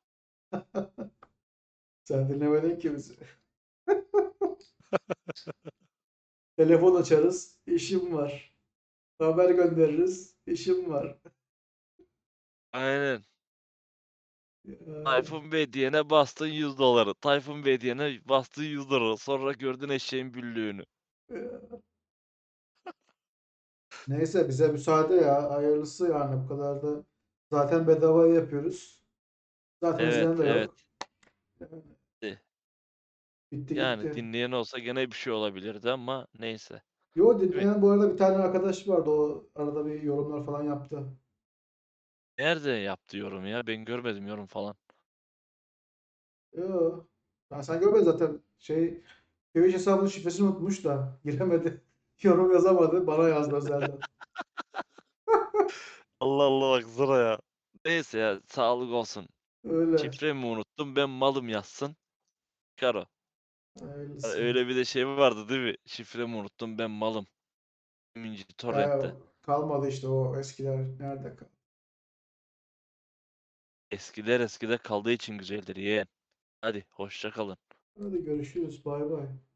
Speaker 1: Sen dinlemedin ki bizi. Telefon açarız. İşim var. Haber göndeririz. İşim var.
Speaker 2: Aynen.
Speaker 1: Ya,
Speaker 2: Tayfun Bey diyene bastın 100 doları. Tayfun Bey diyene bastın 100 doları. Sonra gördün eşeğin büllüğünü.
Speaker 1: ya. Neyse bize müsaade ya. Hayırlısı yani bu kadar da. Zaten bedavaya yapıyoruz. Zaten
Speaker 2: Evet,
Speaker 1: izleyen de
Speaker 2: evet.
Speaker 1: yok. Yani
Speaker 2: Eh,
Speaker 1: bitti
Speaker 2: Yani
Speaker 1: gitti.
Speaker 2: dinleyen olsa gene bir şey olabilirdi ama neyse.
Speaker 1: Yo
Speaker 2: Değil mi?
Speaker 1: dinleyen bu arada bir tane arkadaş vardı. O arada bir yorumlar falan yaptı.
Speaker 2: Nerede yaptı yorum ya? Ben görmedim yorum falan.
Speaker 1: Yo. Sen görmedin zaten. Twitch hesabının şifresini unutmuş da giremedi. Yorum yazamadı. Bana yazdı özelden.
Speaker 2: Allah Allah, bak zora ya. Neyse ya, sağlık olsun.
Speaker 1: Öyle.
Speaker 2: Şifremi unuttum, ben malım yazsın. Karo.
Speaker 1: Hayırlısı.
Speaker 2: Öyle bir de şey vardı değil mi? Şifremi unuttum, ben malım. Minci
Speaker 1: Ya,
Speaker 2: Torrent'te.
Speaker 1: kalmadı işte o eskiler. Nerede kaldı?
Speaker 2: Eskiler eskide kaldığı için güzeldir yeğen. Hadi hoşça kalın.
Speaker 1: Hadi görüşürüz. Bay bay.